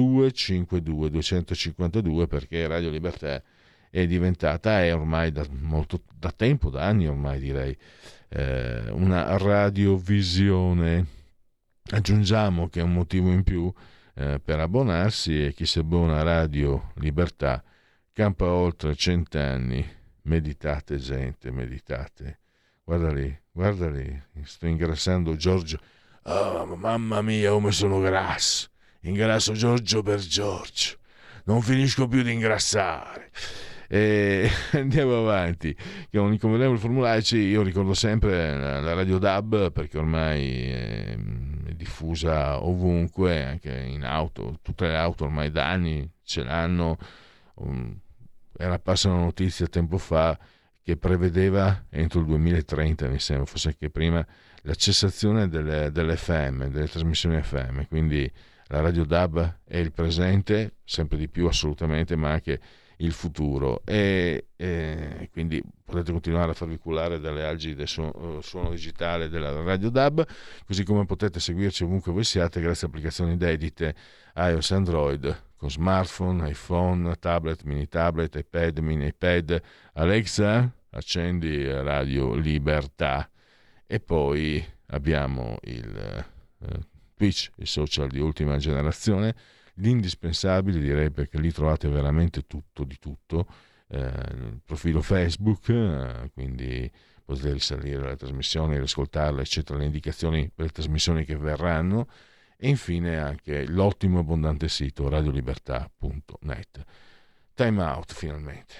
252, perché Radio Libertà è ormai da tempo, da anni ormai direi, una radiovisione. Aggiungiamo che è un motivo in più per abbonarsi, e chi si abbona a Radio Libertà campa oltre 100 anni. Meditate gente, meditate. Guarda lì, sto ingrassando Giorgio. Oh, mamma mia, come sono grasso. Ingrasso Giorgio per Giorgio. Non finisco più di ingrassare. E andiamo avanti. Con il formulario, io ricordo sempre la Radio DAB, perché ormai è diffusa ovunque, anche in auto. Tutte le auto ormai da anni ce l'hanno. Era passata una notizia tempo fa che prevedeva entro il 2030, mi sembra, forse anche prima, la cessazione delle FM, delle trasmissioni FM. Quindi la Radio DAB è il presente, sempre di più assolutamente, ma anche il futuro, e quindi potete continuare a farvi cullare dalle algi del suono digitale della Radio DAB, così come potete seguirci ovunque voi siate grazie a applicazioni dedite iOS e Android, con smartphone, iPhone, tablet, mini tablet, iPad, mini iPad. Alexa, accendi Radio Libertà. E poi abbiamo il Twitch, il social di ultima generazione, l'indispensabile direi, perché lì trovate veramente tutto di tutto, il profilo Facebook, quindi potete risalire le trasmissioni, riascoltarle eccetera, le indicazioni per le trasmissioni che verranno, e infine anche l'ottimo e abbondante sito radiolibertà.net. Time out finalmente.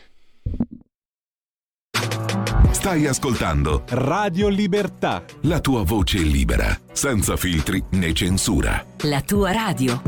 Stai ascoltando Radio Libertà, la tua voce libera, senza filtri né censura. La tua radio.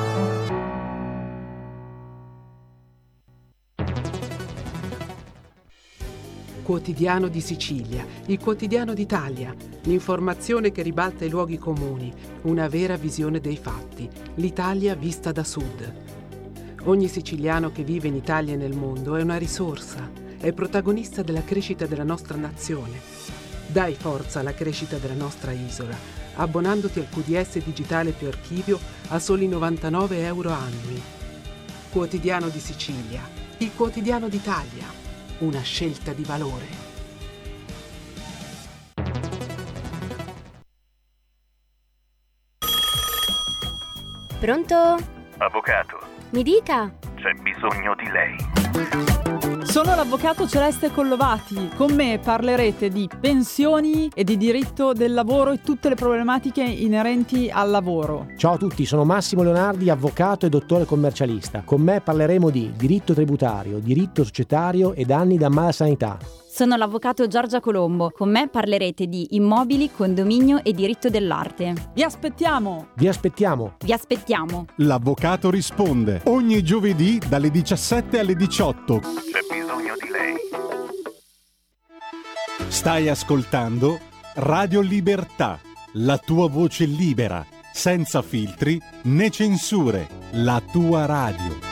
Quotidiano di Sicilia, il quotidiano d'Italia, l'informazione che ribalta i luoghi comuni, una vera visione dei fatti, l'Italia vista da sud. Ogni siciliano che vive in Italia e nel mondo è una risorsa, è protagonista della crescita della nostra nazione. Dai forza alla crescita della nostra isola, abbonandoti al QDS digitale più archivio a soli 99 euro annui. Quotidiano di Sicilia, il quotidiano d'Italia. Una scelta di valore. Pronto? Avvocato, Mi dica. c'è bisogno di lei. Sono l'avvocato Celeste Collovati. Con me parlerete di pensioni e di diritto del lavoro e tutte le problematiche inerenti al lavoro. Ciao a tutti, sono Massimo Leonardi, avvocato e dottore commercialista. Con me parleremo di diritto tributario, diritto societario e danni da malasanità. Sono l'avvocato Giorgia Colombo. Con me parlerete di immobili, condominio e diritto dell'arte. Vi aspettiamo! Vi aspettiamo! Vi aspettiamo! L'avvocato risponde ogni giovedì dalle 17 alle 18. C'è bisogno di lei. Stai ascoltando Radio Libertà, la tua voce libera, senza filtri né censure, la tua radio.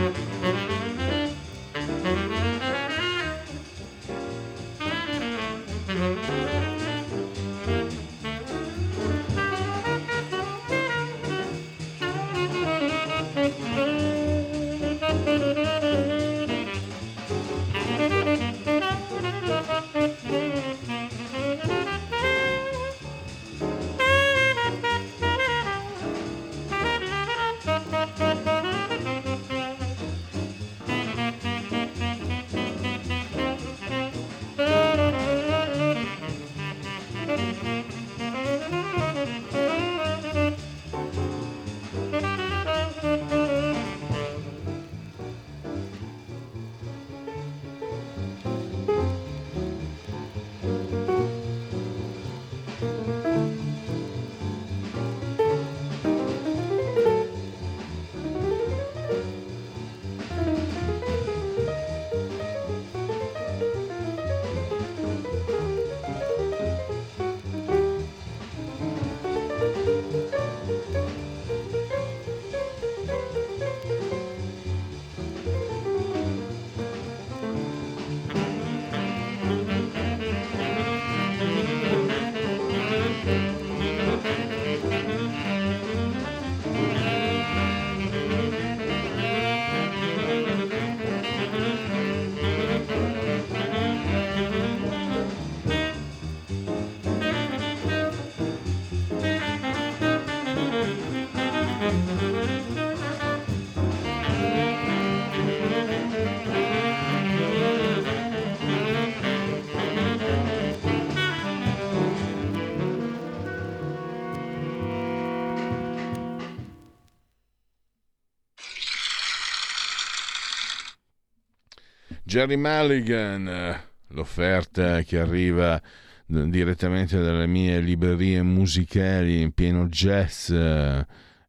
Gerry Mulligan, l'offerta che arriva direttamente dalle mie librerie musicali in pieno jazz. Non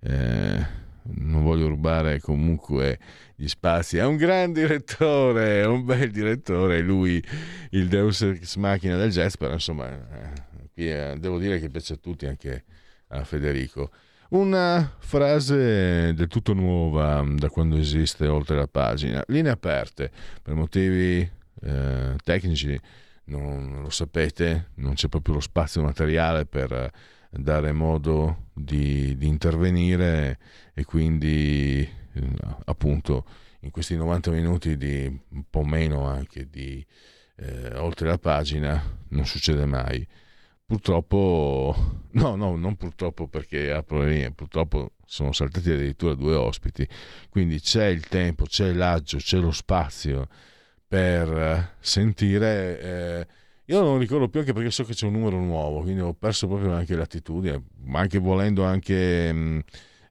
voglio rubare comunque gli spazi. È un gran direttore, è un bel direttore, lui il Deus Ex Machina del jazz, però insomma qui devo dire che piace a tutti, anche a Federico. Una frase del tutto nuova da quando esiste Oltre la pagina. Linee aperte, per motivi tecnici, non lo sapete, non c'è proprio lo spazio materiale per dare modo di intervenire, e quindi appunto in questi 90 minuti di un po' meno anche di Oltre la pagina non succede mai. Purtroppo, no, non purtroppo perché purtroppo sono saltati addirittura 2 ospiti, quindi c'è il tempo, c'è l'agio, c'è lo spazio per sentire. Io non ricordo più, anche perché so che c'è un numero nuovo, quindi ho perso proprio anche l'attitudine, anche volendo anche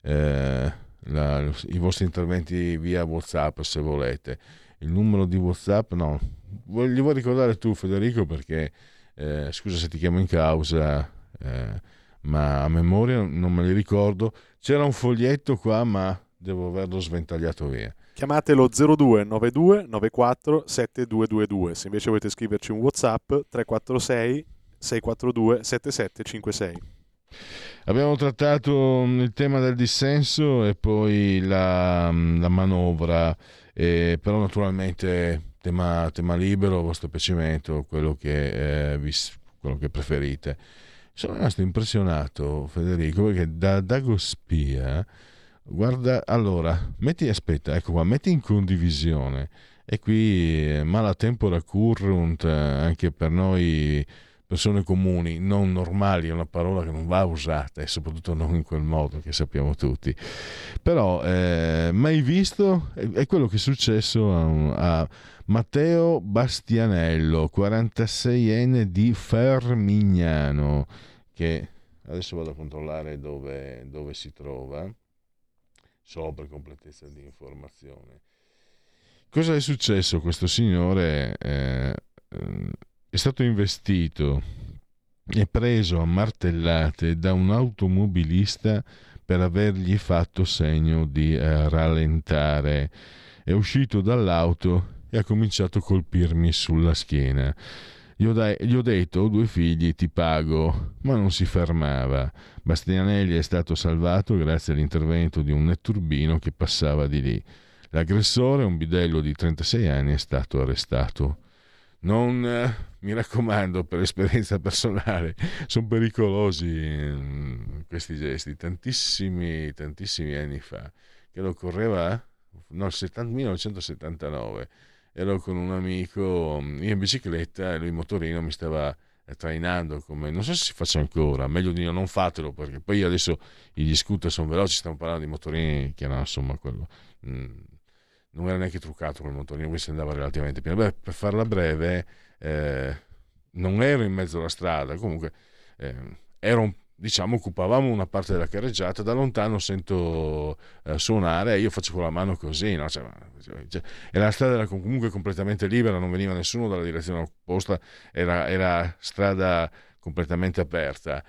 i vostri interventi via WhatsApp, se volete. Il numero di WhatsApp, no, gli vuoi ricordare tu, Federico, perché scusa se ti chiamo in causa, ma a memoria non me li ricordo. C'era un foglietto qua, ma devo averlo sventagliato via. Chiamatelo 0292 94 7222. Se invece volete scriverci un WhatsApp, 346 642 7756. Abbiamo trattato il tema del dissenso e poi la manovra, però naturalmente tema libero, vostro piacimento, quello che preferite. Sono rimasto impressionato, Federico, perché da Dagospia, guarda, allora metti in condivisione, e qui mala tempora currunt, anche per noi persone comuni, non normali, è una parola che non va usata, e soprattutto non in quel modo che sappiamo tutti. Però mai visto è quello che è successo a Matteo Bastianello, 46enne di Fermignano, che adesso vado a controllare dove si trova, so per completezza di informazione. Cosa è successo? Questo signore è stato investito e preso a martellate da un automobilista per avergli fatto segno di rallentare. È uscito dall'auto e ha cominciato a colpirmi sulla schiena. Gli ho detto: ho 2 figli, ti pago, ma non si fermava. Bastianelli è stato salvato grazie all'intervento di un netturbino che passava di lì. L'aggressore, un bidello di 36 anni, è stato arrestato. Non mi raccomando, per esperienza personale, sono pericolosi questi gesti. Tantissimi anni fa, che lo correva, no, 1979, ero con un amico, io in bicicletta e lui in motorino, mi stava trainando, come non so se si faccia ancora, meglio di non fatelo, perché poi adesso gli scooter sono veloci, stiamo parlando di motorini che erano, insomma, quello non era neanche truccato quel motorino, quindi si andava relativamente piano. Beh, per farla breve, non ero in mezzo alla strada, comunque occupavamo una parte della carreggiata, da lontano sento suonare e io faccio con la mano così, no? E la strada era comunque completamente libera, non veniva nessuno dalla direzione opposta, era strada completamente aperta.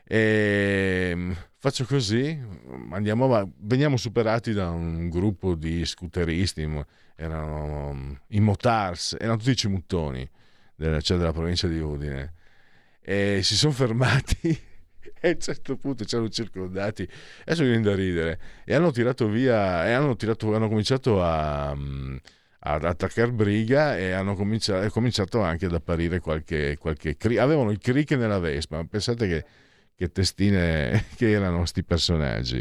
E faccio così, veniamo superati da un gruppo di scooteristi, erano i motars, erano tutti cimuttoni della provincia di Udine, e si sono fermati e a un certo punto ci hanno circondati, adesso viene da ridere, e hanno tirato via, hanno cominciato ad attaccare briga, e è cominciato anche ad apparire qualche avevano il crick nella Vespa, pensate che testine che erano sti personaggi.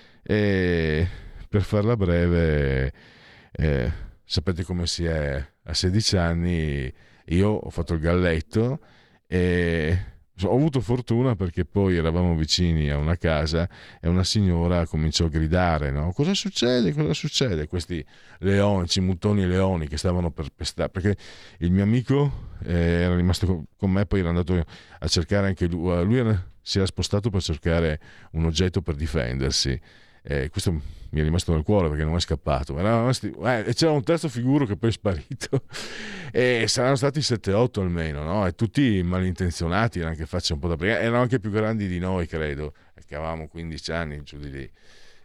E per farla breve, sapete come si è a 16 anni. Io ho fatto il galletto e ho avuto fortuna, perché poi eravamo vicini a una casa e una signora cominciò a gridare, no? Cosa succede? Questi leoni, cimuttoni leoni che stavano per pestare, perché il mio amico era rimasto con me, poi era andato a cercare anche lui si era spostato per cercare un oggetto per difendersi. Questo mi è rimasto nel cuore perché non è scappato. E c'era un terzo figuro che poi è sparito. E saranno stati 7-8 almeno, no? E tutti malintenzionati, erano anche facce un po' da brigata, erano anche più grandi di noi, credo, perché avevamo 15 anni giù di lì.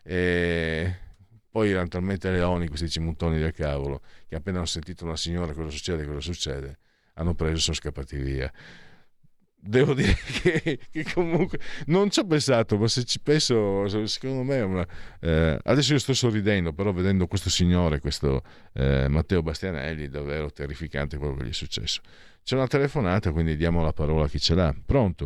E poi erano talmente leoni questi cimuttoni del cavolo, che appena hanno sentito una signora cosa succede, hanno preso e sono scappati via. Devo dire che comunque non ci ho pensato, ma se ci penso, secondo me adesso io sto sorridendo, però vedendo questo signore, questo Matteo Bastianelli, davvero terrificante quello che gli è successo. C'è una telefonata, quindi diamo la parola a chi ce l'ha. Pronto?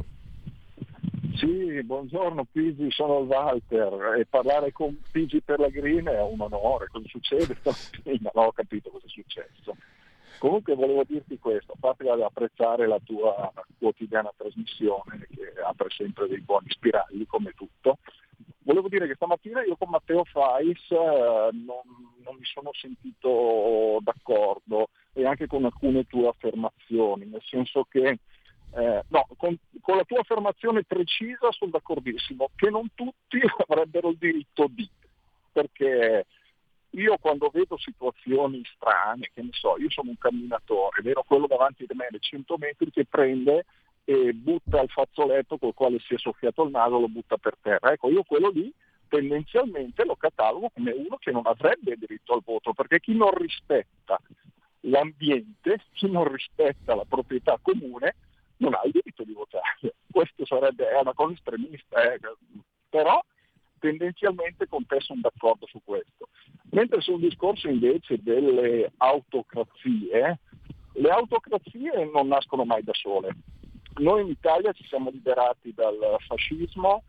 Sì, buongiorno Pigi, sono il Walter, e parlare con Pigi per la Green è un onore. Cosa succede? Non ho capito cosa è successo. Comunque volevo dirti questo, a parte ad apprezzare la tua quotidiana trasmissione, che apre sempre dei buoni spiragli come tutto, volevo dire che stamattina io con Matteo Fais non mi sono sentito d'accordo, e anche con alcune tue affermazioni, nel senso che con la tua affermazione precisa sono d'accordissimo, che non tutti avrebbero il diritto di, perché io quando vedo situazioni strane, che ne so, io sono un camminatore, vedo quello davanti di me dei 100 metri che prende e butta il fazzoletto col quale si è soffiato il naso, lo butta per terra. Ecco, io quello lì tendenzialmente lo catalogo come uno che non avrebbe diritto al voto, perché chi non rispetta l'ambiente, chi non rispetta la proprietà comune, non ha il diritto di votare. Questo è una cosa estremista, però tendenzialmente con te sono d'accordo su questo. Mentre sul discorso invece delle autocrazie, le autocrazie non nascono mai da sole. Noi in Italia ci siamo liberati dal fascismo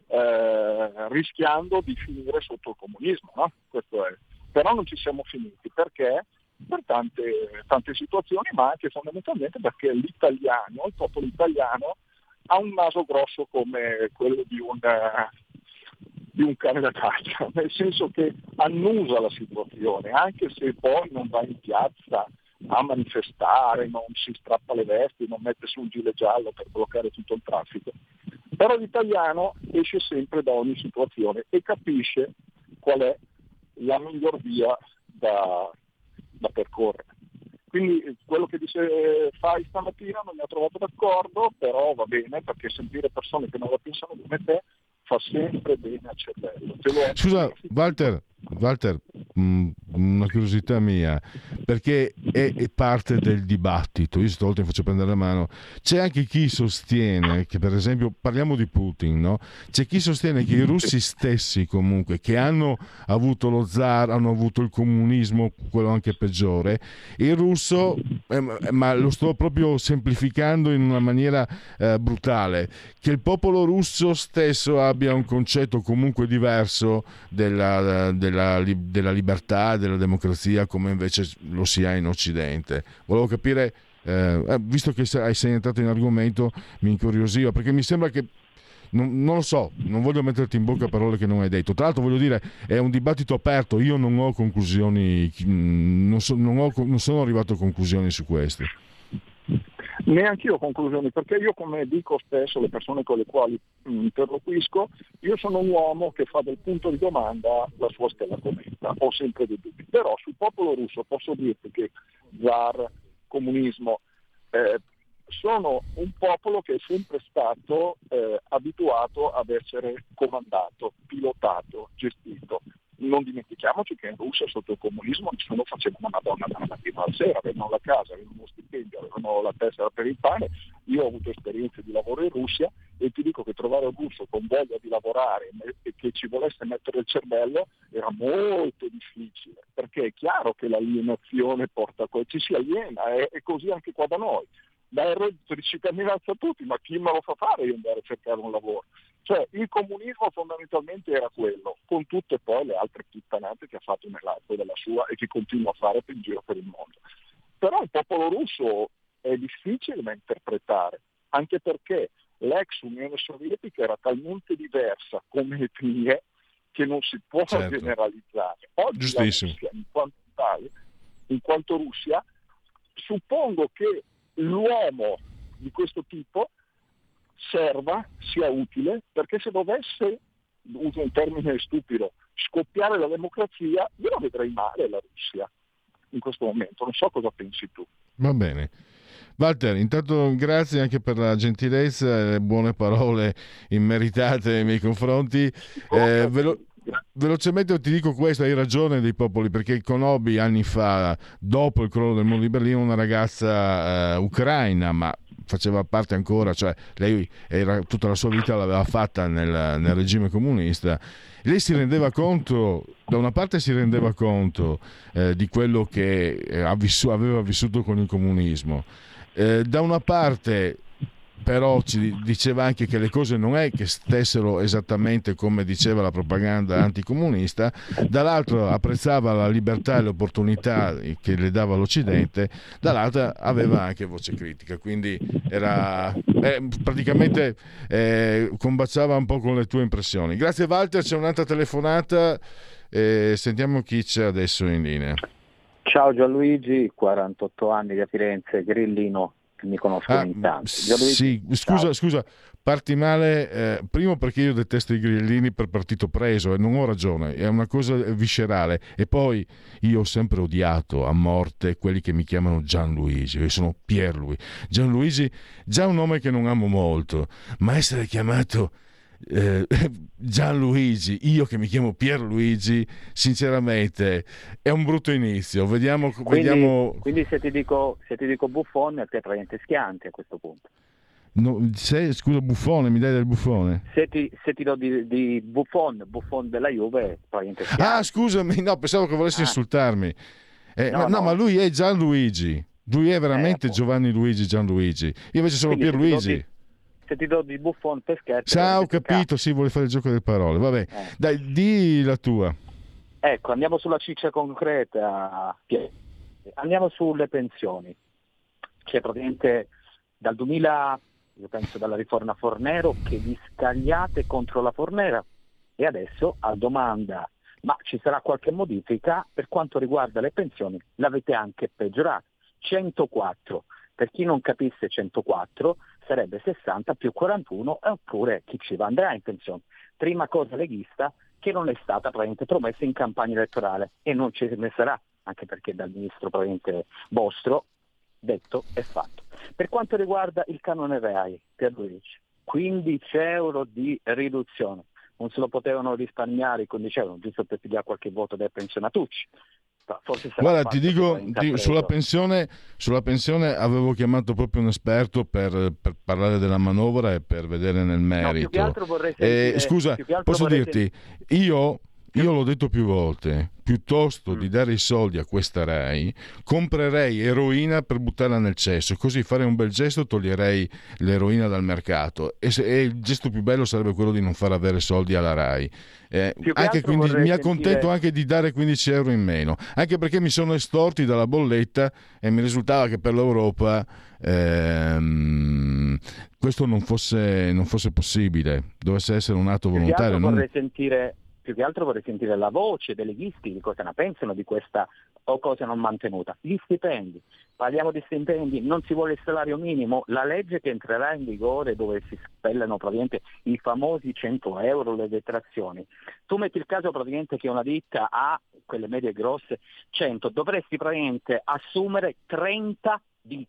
rischiando di finire sotto il comunismo, no? Questo è. Però non ci siamo finiti, perché? Per tante situazioni, ma anche fondamentalmente perché l'italiano, il popolo italiano, ha un naso grosso come quello di un cane da caccia, nel senso che annusa la situazione, anche se poi non va in piazza a manifestare, non si strappa le vesti, non mette su un gilet giallo per bloccare tutto il traffico. Però l'italiano esce sempre da ogni situazione e capisce qual è la miglior via da percorrere. Quindi quello che dice Fai stamattina non mi ha trovato d'accordo, però va bene, perché sentire persone che non la pensano come te fa sempre bene al cervello. Scusa Walter, una curiosità mia, perché è parte del dibattito. Io stavolta mi faccio prendere la mano. C'è anche chi sostiene che, per esempio, parliamo di Putin, no? C'è chi sostiene che i russi stessi, comunque, che hanno avuto lo zar, hanno avuto il comunismo, quello anche peggiore, il russo, ma lo sto proprio semplificando in una maniera brutale, che il popolo russo stesso abbia un concetto comunque diverso della libertà, della democrazia, come invece lo si ha in Occidente. Volevo capire, visto che sei entrato in argomento, mi incuriosiva, perché mi sembra che non lo so, non voglio metterti in bocca parole che non hai detto. Tra l'altro, voglio dire, è un dibattito aperto, io non ho conclusioni, non sono arrivato a conclusioni su questo. Neanche io ho conclusioni, perché io, come dico spesso alle persone con le quali interloquisco, io sono un uomo che fa del punto di domanda la sua stella cometa, ho sempre dei dubbi. Però sul popolo russo posso dirti che zar, comunismo, sono un popolo che è sempre stato abituato ad essere comandato, pilotato, gestito. Non dimentichiamoci che in Russia sotto il comunismo nessuno faceva una Madonna dalla mattina alla sera, avevano la casa, avevano uno stipendio, avevano la tessera per il pane. Io ho avuto esperienze di lavoro in Russia e ti dico che trovare un russo con voglia di lavorare e che ci volesse mettere il cervello era molto difficile, perché è chiaro che l'alienazione porta a ci si aliena, è così anche qua da noi. Dai reddito di cittadinanza a tutti, ma chi me lo fa fare io andare a cercare un lavoro? Cioè il comunismo fondamentalmente era quello, con tutte poi le altre puttanate che ha fatto nell'arco della sua e che continua a fare in giro per il mondo. Però il popolo russo è difficile da interpretare, anche perché l'ex Unione Sovietica era talmente diversa come etnie che non si può generalizzare. Oggi giustissimo. La Russia, in quanto Russia, suppongo che l'uomo di questo tipo sia utile, perché se dovesse, uso un termine stupido, scoppiare la democrazia, io la vedrei male la Russia in questo momento. Non so cosa pensi tu. Va bene. Walter, intanto grazie anche per la gentilezza e le buone parole immeritate nei miei confronti. Velocemente ti dico questo, hai ragione dei popoli, perché conobbi anni fa, dopo il crollo del muro di Berlino, una ragazza ucraina, ma faceva parte ancora, cioè lei tutta la sua vita l'aveva fatta nel regime comunista. Lei si rendeva conto, da una parte si rendeva conto di quello che aveva vissuto con il comunismo, da una parte però ci diceva anche che le cose non è che stessero esattamente come diceva la propaganda anticomunista, dall'altro apprezzava la libertà e le opportunità che le dava l'Occidente, dall'altra aveva anche voce critica, quindi era praticamente combaciava un po' con le tue impressioni. Grazie Walter, c'è un'altra telefonata, sentiamo chi c'è adesso in linea. Ciao Gianluigi, 48 anni da Firenze, grillino. Mi conoscono in tanti. Sì, scusa, parti male, primo perché io detesto i grillini per partito preso e non ho ragione, è una cosa viscerale, e poi io ho sempre odiato a morte quelli che mi chiamano Gianluigi, io sono Pierluigi. Gianluigi, già un nome che non amo molto, ma essere chiamato Gianluigi, io che mi chiamo Pierluigi, sinceramente è un brutto inizio. Vediamo. Quindi se ti dico Buffon, a te è praticamente schiante a questo punto. No, scusa, Buffone, mi dai del Buffone? Se ti do di Buffon della Juve, praticamente schiante. Ah, scusami, no, pensavo che volessi insultarmi. No, ma lui è Gianluigi. Lui è veramente Giovanni Luigi Gianluigi. Io invece sono Pierluigi. Se ti do di Buffon per scherzo. Ciao, ho capito, sì, vuole fare il gioco delle parole. Vabbè, dai, di la tua. Ecco, andiamo sulla ciccia concreta. Andiamo sulle pensioni. C'è praticamente dal 2000, io penso dalla riforma Fornero, che vi scagliate contro la Fornera, e adesso a domanda, ma ci sarà qualche modifica per quanto riguarda le pensioni, l'avete anche peggiorata. 104. Per chi non capisse 104 sarebbe 60 più 41, oppure chi ci va andrà in pensione. Prima cosa leghista che non è stata praticamente promessa in campagna elettorale, e non ce ne sarà, anche perché dal ministro praticamente vostro detto e fatto. Per quanto riguarda il canone RAI, Pierluigi, 15 euro di riduzione, non se lo potevano risparmiare i 15 euro, giusto per pigliare qualche voto dai pensionatucci. Forse sarà Guarda, fatto ti dico, sulla intrapreso. pensione avevo chiamato proprio un esperto per parlare della manovra e per vedere nel merito. più che altro vorrei sentire- scusa, più che altro posso vorrei dirti, io l'ho detto più volte, piuttosto di dare i soldi a questa Rai, comprerei eroina per buttarla nel cesso, così farei un bel gesto, toglierei l'eroina dal mercato e il gesto più bello sarebbe quello di non far avere soldi alla Rai. Anche quindi mi accontento anche di dare 15 euro in meno, anche perché mi sono estorti dalla bolletta e mi risultava che per l'Europa questo non fosse possibile, dovesse essere un atto volontario. Più che altro vorrei sentire la voce dei leghisti, di cosa ne pensano di questa cosa non mantenuta. Gli stipendi, parliamo di stipendi, non si vuole il salario minimo, la legge che entrerà in vigore dove si spellano praticamente i famosi 100 euro le detrazioni. Tu metti il caso praticamente che una ditta ha quelle medie e grosse 100, dovresti praticamente assumere 30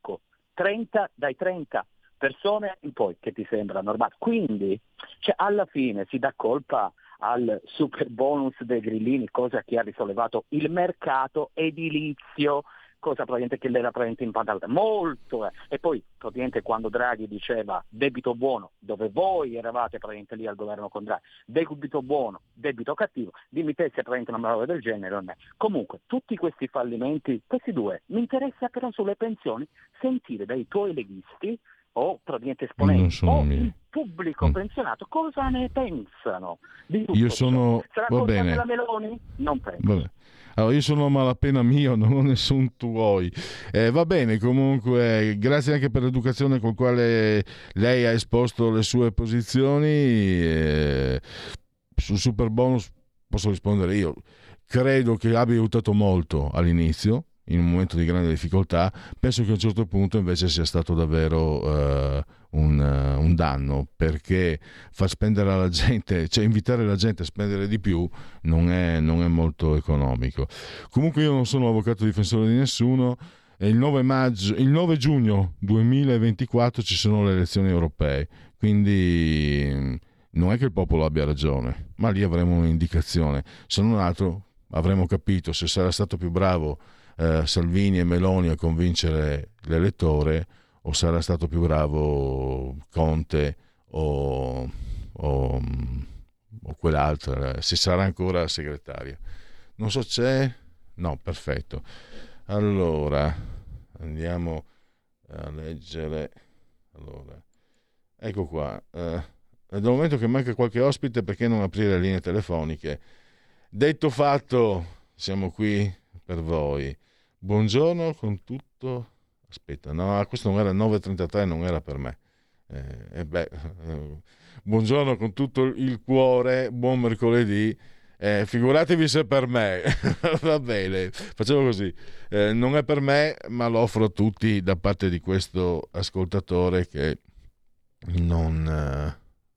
dai 30 persone in poi, che ti sembra normale. Quindi alla fine si dà colpa al super bonus dei grillini, cosa che ha risollevato il mercato edilizio, cosa praticamente che l'era praticamente impantata molto. E poi praticamente quando Draghi diceva debito buono, dove voi eravate praticamente lì al governo con Draghi, debito buono, debito cattivo, dimmi te se praticamente una manovra del genere non è. Comunque tutti questi fallimenti, questi due, mi interessa però sulle pensioni sentire dai tuoi leghisti o praticamente esponenti o il pubblico pensionato cosa ne pensano di tutto ciò. Sarà colpa della Meloni? Non penso. Vabbè. Allora, io sono a malapena mio, non ho nessun tuoi. Va bene, comunque, grazie anche per l'educazione con quale lei ha esposto le sue posizioni. Sul super bonus posso rispondere io. Credo che abbia aiutato molto all'inizio, in un momento di grande difficoltà. Penso che a un certo punto invece sia stato davvero un danno, perché far spendere alla gente, cioè invitare la gente a spendere di più non è molto economico. Comunque io non sono avvocato difensore di nessuno. Il 9 giugno 2024 ci sono le elezioni europee, quindi non è che il popolo abbia ragione, ma lì avremo un'indicazione. Se non altro avremo capito se sarà stato più bravo Salvini e Meloni a convincere l'elettore o sarà stato più bravo Conte o quell'altra, se sarà ancora segretaria. Non so, c'è? No, perfetto. Allora andiamo a leggere. Allora, ecco qua. Dal momento che manca qualche ospite, perché non aprire le linee telefoniche? Detto fatto, siamo qui per voi. Buongiorno con tutto. Aspetta, no, questo non era 9:33, non era per me. Buongiorno con tutto il cuore, buon mercoledì. Figuratevi se per me. Va bene, facciamo così. Non è per me, ma lo offro a tutti da parte di questo ascoltatore che non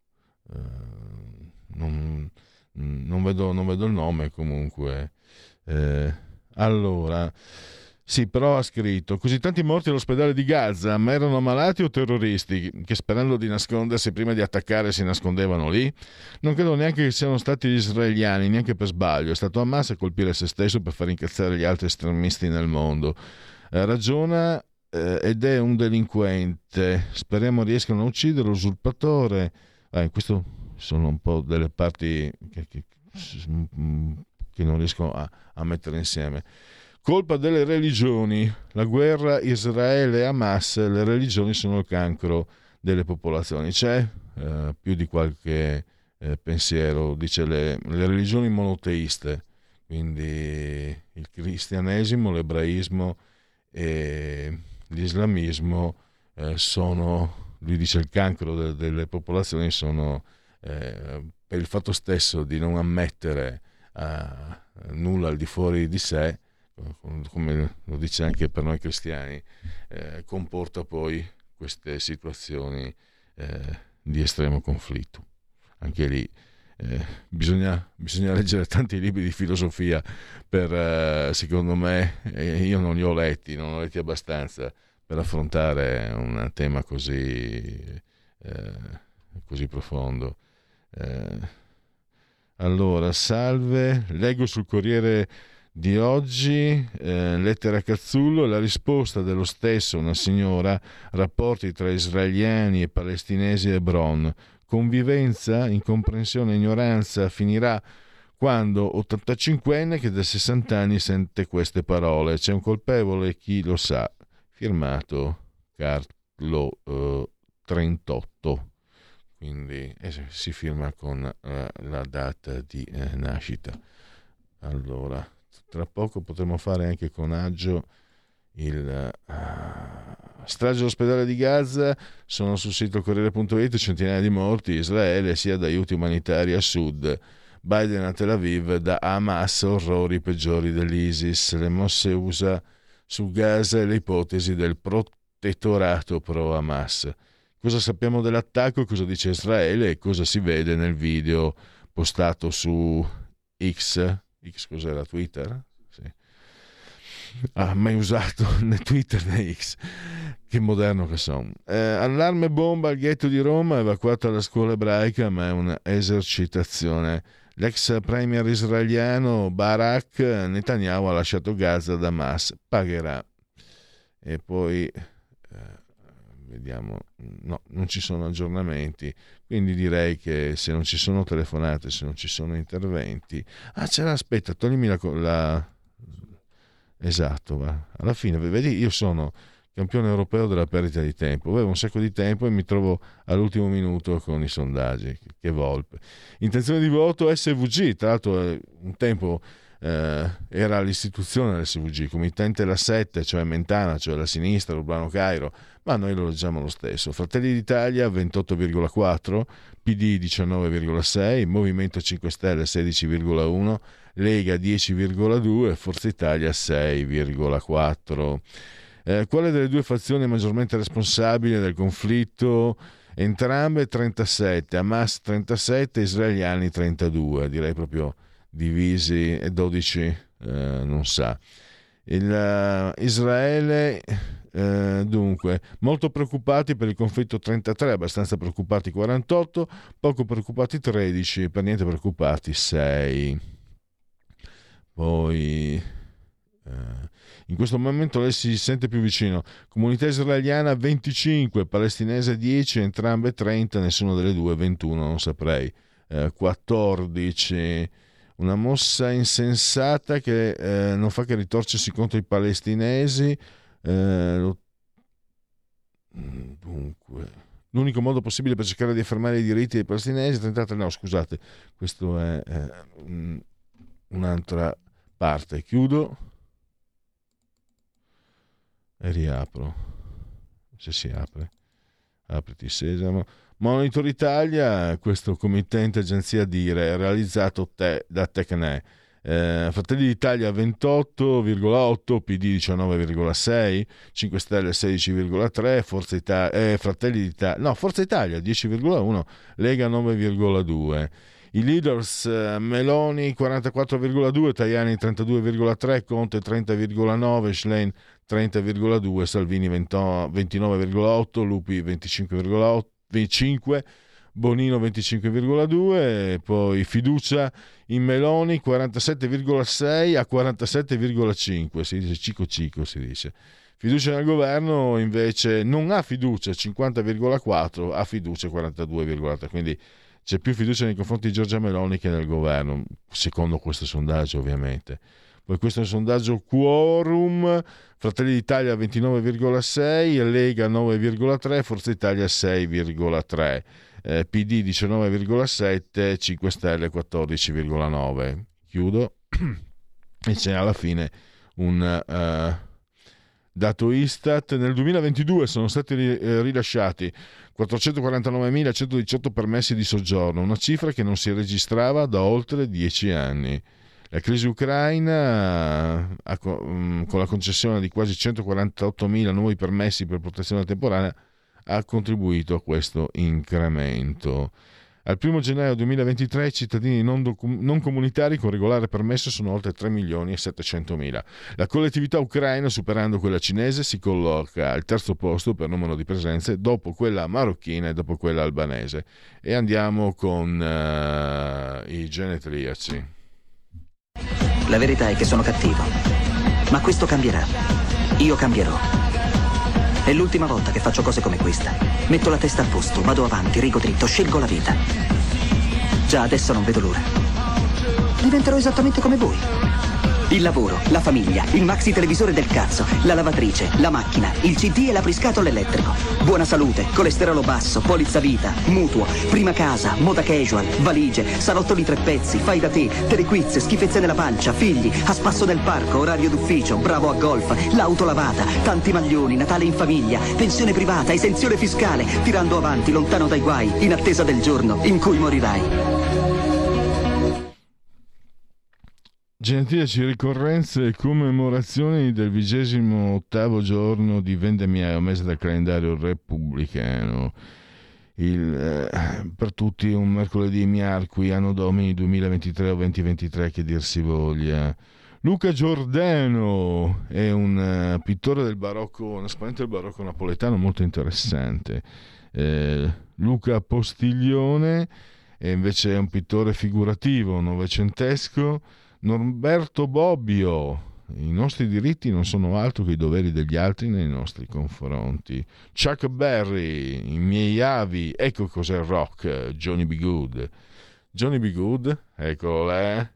vedo il nome comunque. Allora, sì, però ha scritto: così tanti morti all'ospedale di Gaza, ma erano malati o terroristi che sperando di nascondersi prima di attaccare si nascondevano lì? Non credo neanche che siano stati gli israeliani, neanche per sbaglio. È stato Hamas a colpire se stesso per far incazzare gli altri estremisti nel mondo. Ragiona ed è un delinquente. Speriamo riescano a uccidere l'usurpatore. Questo sono un po' delle parti che non riesco a mettere insieme. Colpa delle religioni, la guerra Israele-Hamas, le religioni sono il cancro delle popolazioni. C'è più di qualche pensiero, dice le religioni monoteiste, quindi il cristianesimo, l'ebraismo e l'islamismo sono, lui dice, il cancro delle popolazioni, sono per il fatto stesso di non ammettere nulla al di fuori di sé, come lo dice anche per noi cristiani, comporta poi queste situazioni di estremo conflitto. Anche lì bisogna leggere tanti libri di filosofia per, secondo me, io non li ho letti abbastanza per affrontare un tema così profondo. Allora, salve, leggo sul Corriere di oggi, lettera a Cazzullo, la risposta dello stesso, una signora, rapporti tra israeliani e palestinesi a Hebron, convivenza, incomprensione e ignoranza finirà quando 85enne che da 60 anni sente queste parole, c'è un colpevole, chi lo sa, firmato Carlo 38, quindi si firma con la data di nascita. Allora, tra poco potremo fare anche con agio il strage all'ospedale di Gaza. Sono sul sito Corriere.it, centinaia di morti, Israele sia da aiuti umanitari a sud, Biden a Tel Aviv, da Hamas orrori peggiori dell'ISIS, le mosse USA su Gaza e le ipotesi del protettorato pro Hamas. Cosa sappiamo dell'attacco, cosa dice Israele e cosa si vede nel video postato su X cos'era, Twitter? Sì. Mai usato né Twitter né X, che moderno che sono. Allarme bomba al ghetto di Roma, evacuata la scuola ebraica, ma è un'esercitazione. L'ex premier israeliano Barak Netanyahu ha lasciato Gaza da Hamas, pagherà. E poi vediamo, no, non ci sono aggiornamenti, quindi direi che se non ci sono telefonate, se non ci sono interventi, aspetta, toglimi la esatto, va. Alla fine vedi, io sono campione europeo della perdita di tempo, avevo un sacco di tempo e mi trovo all'ultimo minuto con i sondaggi, che volpe. Intenzione di voto SVG, tra l'altro un tempo era l'istituzione dell'SVG, committente la 7, cioè Mentana, cioè la sinistra, Urbano Cairo, ma noi lo leggiamo lo stesso. Fratelli d'Italia 28,4, PD 19,6, Movimento 5 Stelle 16,1, Lega 10,2, Forza Italia 6,4. Quale delle due fazioni è maggiormente responsabile del conflitto? Entrambe 37, Hamas 37, israeliani 32, direi proprio divisi, e 12 non sa. Israele dunque molto preoccupati per il conflitto 33, abbastanza preoccupati 48, poco preoccupati 13, per niente preoccupati 6. Poi in questo momento lei si sente più vicino. Comunità israeliana 25, palestinese 10, entrambe 30, nessuna delle due 21, non saprei. 14. Una mossa insensata che non fa che ritorcersi contro i palestinesi. Dunque, l'unico modo possibile per cercare di affermare i diritti dei palestinesi, scusate, questo è un'altra parte. Chiudo e riapro, se si apre, apriti sesamo. Monitor Italia, questo committente agenzia Dire, realizzato da Tecne. Fratelli d'Italia 28,8, PD 19,6, 5 Stelle 16,3, Forza Italia, Forza Italia 10,1, Lega 9,2. I leaders Meloni 44,2, Tajani 32,3, Conte 30,9, Schlein 30,2, Salvini 29,8, Lupi 25,5, Bonino 25,2, poi fiducia in Meloni 47,6 a 47,5, si dice cico si dice. Fiducia nel governo invece non ha fiducia 50,4, ha fiducia 42,3, quindi c'è più fiducia nei confronti di Giorgia Meloni che nel governo, secondo questo sondaggio ovviamente. Poi questo è un sondaggio Quorum, Fratelli d'Italia 29,6, Lega 9,3, Forza Italia 6,3, PD 19,7, 5 Stelle 14,9. Chiudo e c'è alla fine un dato Istat. Nel 2022 sono stati rilasciati 449.118 permessi di soggiorno, una cifra che non si registrava da oltre 10 anni. La crisi ucraina, con la concessione di quasi 148.000 nuovi permessi per protezione temporanea, ha contribuito a questo incremento. Al 1 gennaio 2023 i cittadini non comunitari con regolare permesso sono oltre 3.700.000. La collettività ucraina, superando quella cinese, si colloca al terzo posto per numero di presenze, dopo quella marocchina e dopo quella albanese. E andiamo con i genetriaci. La verità è che sono cattivo. Ma questo cambierà. Io cambierò. È l'ultima volta che faccio cose come questa. Metto la testa a posto, vado avanti, rigo dritto, scelgo la vita. Già adesso non vedo l'ora. Diventerò esattamente come voi. Il lavoro, la famiglia, il maxi televisore del cazzo, la lavatrice, la macchina, il CD e l'apriscatole elettrico. Buona salute, colesterolo basso, polizza vita, mutuo, prima casa, moda casual, valigie, salottoli 3 pezzi, fai da te, telequiz, schifezze nella pancia, figli, a spasso nel parco, orario d'ufficio, bravo a golf, l'auto lavata, tanti maglioni, Natale in famiglia, pensione privata, esenzione fiscale, tirando avanti, lontano dai guai, in attesa del giorno in cui morirai. Gentili ricorrenze e commemorazioni del 28° giorno di Vendemmiaio, mese del calendario repubblicano. Per tutti un mercoledì miarqui, anno domini 2023 o 2023 che dir si voglia. Luca Giordano è un pittore del barocco, un esponente del barocco napoletano molto interessante. Luca Postiglione è invece un pittore figurativo, novecentesco. Norberto Bobbio, i nostri diritti non sono altro che i doveri degli altri nei nostri confronti. Chuck Berry, i miei avi, ecco cos'è il rock. Johnny B. Good, eccolo là.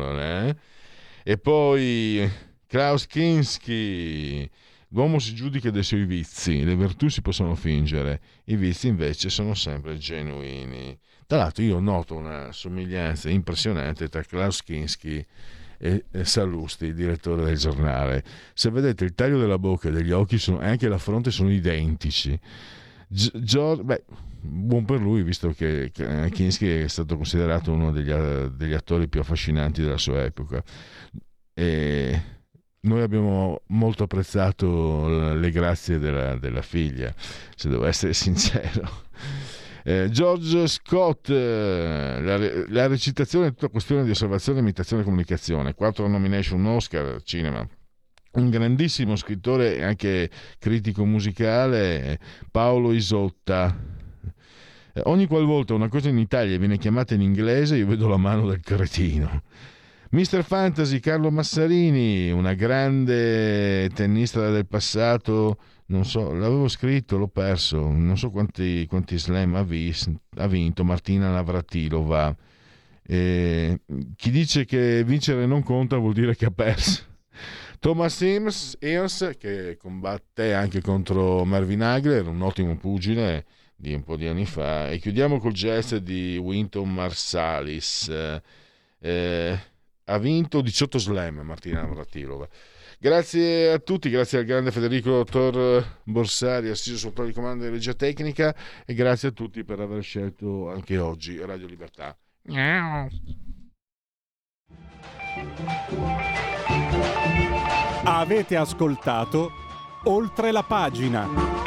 E poi Klaus Kinski, l'uomo si giudica dei suoi vizi, le virtù si possono fingere, i vizi invece sono sempre genuini. Tra l'altro io noto una somiglianza impressionante tra Klaus Kinski e Sallusti, direttore del giornale. Se vedete il taglio della bocca e degli occhi e anche la fronte sono identici. Buon per lui, visto che Kinski è stato considerato uno degli attori più affascinanti della sua epoca. E noi abbiamo molto apprezzato le grazie della figlia, se devo essere sincero. George Scott, la recitazione è tutta questione di osservazione, imitazione e comunicazione. 4 nomination Oscar, cinema. Un grandissimo scrittore e anche critico musicale, Paolo Isotta. Ogni qualvolta una cosa in Italia viene chiamata in inglese, io vedo la mano del cretino. Mr. Fantasy, Carlo Massarini, una grande tennista del passato. Non so, l'avevo scritto, l'ho perso, non so quanti slam ha vinto. Martina Navratilova. Chi dice che vincere non conta vuol dire che ha perso. Thomas Eames, che combatte anche contro Marvin Hagler, un ottimo pugile di un po' di anni fa. E chiudiamo col jazz di Wynton Marsalis. Ha vinto 18 slam Martina Navratilova. Grazie a tutti, grazie al grande Federico Dottor Borsari, assiso sotto il comando di regia tecnica, e grazie a tutti per aver scelto anche oggi Radio Libertà. Avete ascoltato Oltre la pagina.